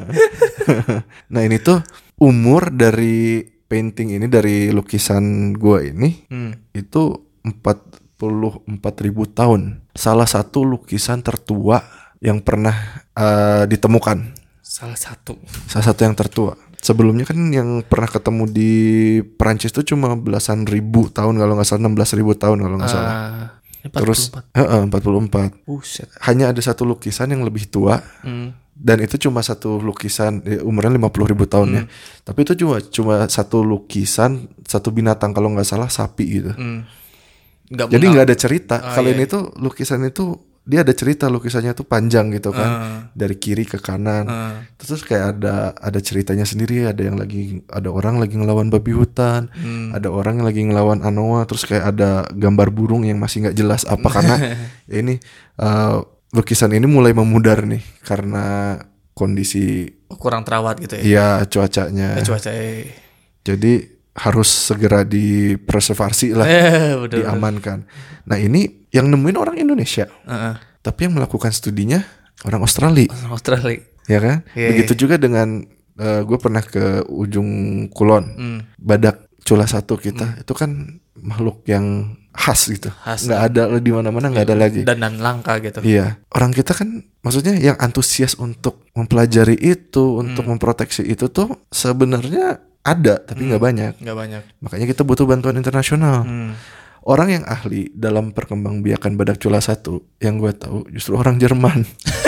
Nah ini tuh umur dari painting ini, dari lukisan gua ini, hmm. itu empat puluh empat ribu tahun. Salah satu lukisan tertua yang pernah uh, ditemukan. Salah satu. Salah satu yang tertua. Sebelumnya kan yang pernah ketemu di Perancis tuh cuma belasan ribu tahun kalau nggak salah, enam belas ribu tahun kalau nggak salah. Uh, empat puluh empat. Terus uh, uh, empat puluh empat. Buset. Hanya ada satu lukisan yang lebih tua. Hmm. Dan itu cuma satu lukisan, eh, umurnya lima puluh ribu tahun hmm. ya. Tapi itu cuma cuma satu lukisan, satu binatang kalau nggak salah, sapi gitu. Hmm. Gak Jadi nggak ada cerita. Oh, kalau iya. Ini tuh lukisan itu dia ada cerita, lukisannya tuh panjang gitu kan, uh. dari kiri ke kanan. Uh. Terus kayak ada ada ceritanya sendiri. Ada yang lagi, ada orang lagi ngelawan babi hutan, hmm. ada orang yang lagi ngelawan anoa. Terus kayak ada gambar burung yang masih nggak jelas apa karena ya ini. Uh, Lukisan ini mulai memudar nih karena kondisi kurang terawat gitu ya. Iya, cuacanya. Eh, cuaca. Eh. Jadi harus segera dipreservasi lah, eh, betul, diamankan. Betul. Nah ini yang nemuin orang Indonesia, uh-uh. tapi yang melakukan studinya orang Australia. Orang Australia. Ya kan? Yeah, Begitu yeah. juga dengan uh, gue pernah ke ujung Kulon, mm. Badak Cula satu kita, mm. itu kan makhluk yang khas gitu, khas, nggak ada di mana-mana, nggak ada lagi, dan dan langka gitu. Iya, orang kita kan maksudnya yang antusias untuk mempelajari itu, hmm. untuk memproteksi itu tuh sebenarnya ada, tapi nggak hmm. banyak. Nggak banyak. Makanya kita butuh bantuan internasional. Hmm. orang yang ahli dalam perkembangbiakan badak cula satu yang gue tahu justru orang Jerman.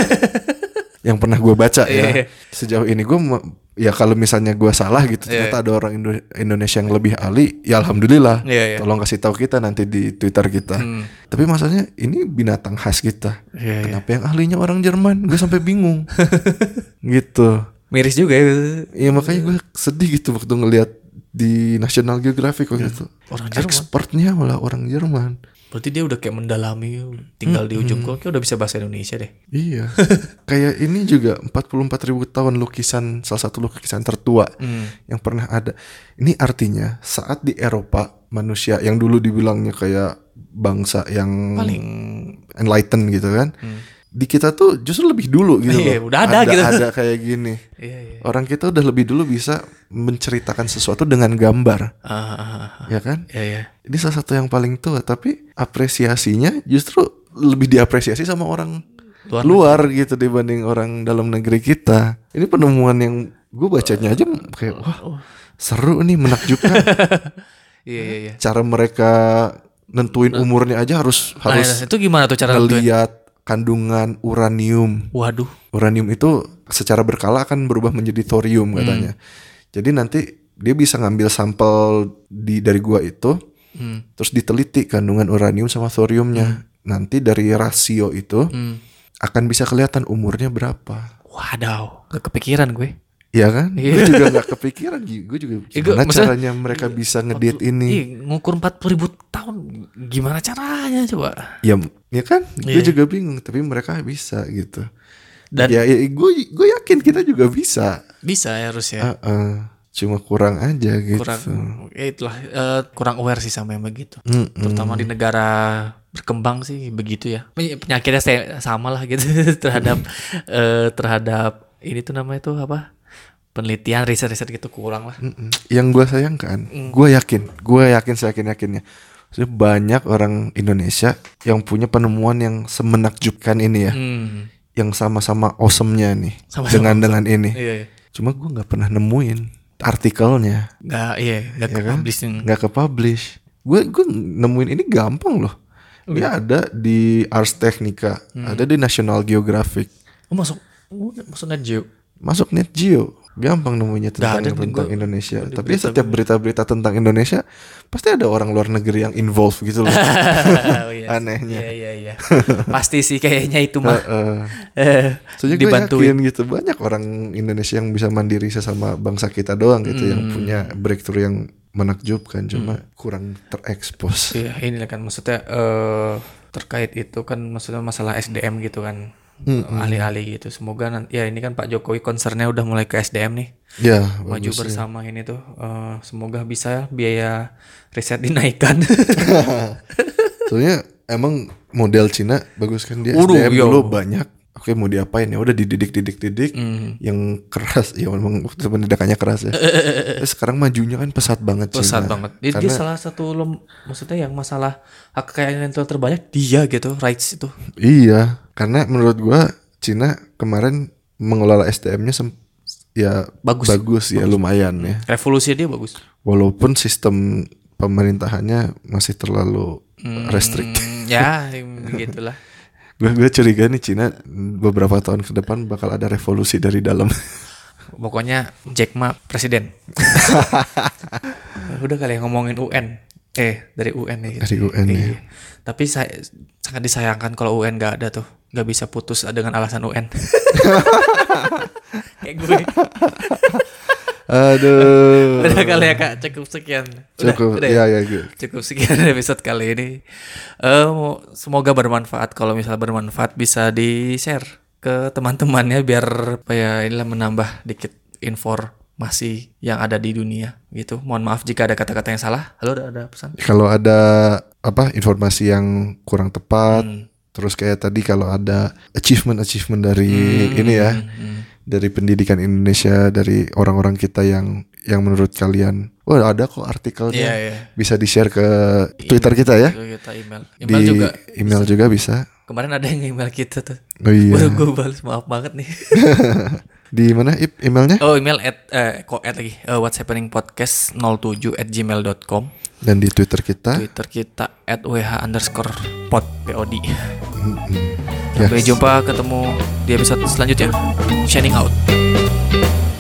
Yang pernah gue baca ya. Iya. Sejauh ini gue ya kalau misalnya gue salah gitu, ternyata Iya. ada orang Indo- Indonesia yang lebih ahli, ya alhamdulillah. Iya, iya. Tolong kasih tahu kita nanti di Twitter kita. Hmm. Tapi maksudnya ini binatang khas kita. Iya, iya. Kenapa yang ahlinya orang Jerman? Gue sampai bingung. Gitu. Miris juga ya. Iya makanya gue sedih gitu waktu ngelihat di National Geographic waktu itu. Orang Jerman. Expertnya malah orang Jerman. Berarti dia udah kayak mendalami, tinggal di ujung kok, kayak udah bisa bahasa Indonesia deh. Iya. Kayak ini juga empat puluh empat ribu tahun lukisan, salah satu lukisan tertua Hmm. yang pernah ada. Ini artinya saat di Eropa manusia yang dulu dibilangnya kayak bangsa yang Paling. enlightened gitu kan. Hmm. Di kita tuh justru lebih dulu gitu Iya, loh. udah ada gitu. Ada kayak gini. Iya, iya. Orang kita udah lebih dulu bisa menceritakan sesuatu dengan gambar. Ah, ah, ah, ah. Ya kan? Iya, iya. Ini salah satu yang paling tua, tapi apresiasinya justru lebih diapresiasi sama orang Luar luar, gitu dibanding orang dalam negeri kita. Ini penemuan yang gue bacanya aja kayak wah seru nih, menakjubkan. Iya, iya, iya. Cara mereka nentuin umurnya aja harus Nah, harus itu gimana tuh cara nentuin? ngeliat kandungan uranium. Waduh. Uranium itu secara berkala akan berubah menjadi thorium katanya. Jadi nanti dia bisa ngambil sampel di dari gua itu, Hmm. terus diteliti kandungan uranium sama thoriumnya. Nanti dari rasio itu Hmm. akan bisa kelihatan umurnya berapa. Wadaw, gak kepikiran gue. Iya kan? Iya. Gue juga nggak kepikiran. Gue juga Ya, gua- gimana maksudnya- caranya mereka bisa ngedit ini? Iya, ngukur empat puluh ribu tahun. Gimana caranya coba? Ya, ya kan? Gue Iya. juga bingung. Tapi mereka bisa gitu. Dan ya, ya gue gue yakin kita juga bisa. bisa ya harusnya. Uh-uh. Cuma kurang aja gitu. Kurang, ya itulah eh, kurang aware sih sama yang begitu. Mm-mm. Terutama di negara berkembang sih begitu ya. Peny- Penyakitnya se- sama lah gitu terhadap eh, terhadap ini tuh namanya tuh apa? Penelitian, riset-riset gitu kurang lah. Mm-mm. Yang gue sayangkan, Mm. gue yakin, gue yakin seyakin yakinnya, maksudnya banyak orang Indonesia yang punya penemuan yang semenakjubkan ini ya, Hmm. yang sama-sama awesome-nya nih, Sama-sama dengan dengan ini. Iya, iya. Cuma gue nggak pernah nemuin artikelnya, Nggak, iya, nggak ya kan? publishing. Nggak ke publish. Gue gue nemuin ini gampang loh. Dia ada di Ars Technica, Hmm. ada di National Geographic, Oh, masuk, oh, masuk Nat Geo. masuk Net Geo. Gampang nemunya Nggak tentang ada nih, tentang gua- Indonesia. di Tapi berita- setiap berita-berita tentang Indonesia pasti ada orang luar negeri yang involve gitu loh. Oh, iya. Anehnya. Iya, iya, iya. Pasti sih kayaknya itu mah. Heeh. Eh, Soalnya gue dibantuin. yakin gitu banyak orang Indonesia yang bisa mandiri sesama bangsa kita doang gitu, yang Hmm. punya breakthrough yang menakjubkan, cuma kurang terekspos. Iya, ini kan maksudnya eh terkait itu kan maksudnya masalah S D M gitu kan. Ahli-ahli gitu. Semoga nanti ya ini kan Pak Jokowi concernnya udah mulai ke S D M nih. Ya, Maju bagus ya. bersama ini tuh. Eh, semoga bisa biaya riset dinaikkan. Soalnya emang model Cina bagus kan, dia Waduh, S D M yo. dulu banyak. Oke, mau diapain ya? Udah dididik-didik-didik Hmm. yang keras. Ya memang waktu itu pendidikannya keras ya. Terus sekarang majunya kan pesat banget Cina. Pesat banget. Dia, dia Karena salah satu lem, maksudnya yang masalah hak kekayaan intelektual terbanyak dia gitu, rights itu. iya, karena menurut gua Cina kemarin mengelola S D M-nya sem- ya Bagus. bagus ya, lumayan ya. Revolusi dia bagus. Walaupun sistem pemerintahannya masih terlalu restrict. Hmm, ya, begitulah. Gue gue curiga nih Cina beberapa tahun ke depan bakal ada revolusi dari dalam. Pokoknya Jack Ma presiden. Udah kali ya ngomongin U N. Eh, dari U N nih. Dari U N ya. Iya. Tapi saya sangat disayangkan kalau U N gak ada tuh. Gak bisa putus dengan alasan U N. Kayak gue. Aduh. Udah kali ya Kak, cukup sekian. Udah, Cukup. udah Iya ya gue. Cukup sekian episode kali ini. Eh, mau- semoga bermanfaat. Kalau misalnya bermanfaat bisa di-share ke teman-temannya biar apa ya inilah menambah dikit informasi yang ada di dunia gitu. Mohon maaf jika ada kata-kata yang salah. Halo, ada, ada pesan? Kalau ada apa informasi yang kurang tepat, Hmm. terus kayak tadi kalau ada achievement-achievement dari Hmm, ini ya, hmm, hmm. dari pendidikan Indonesia, dari orang-orang kita yang yang menurut kalian, oh ada kok artikelnya, Iya, iya. bisa di-share ke Twitter kita ya, Itu kita email. Email di juga. email juga bisa. Kemarin ada yang email kita tuh. Oh iya. Baru gue balas, maaf banget nih. Di mana Ip emailnya? Oh, email at eh kok at lagi uh, what's happening podcast nol tujuh at gmail dot com. Dan di Twitter kita. Twitter kita at wh underscore pod pod. Mm-hmm. Sampai Yes. jumpa, ketemu di episode selanjutnya. Shining out.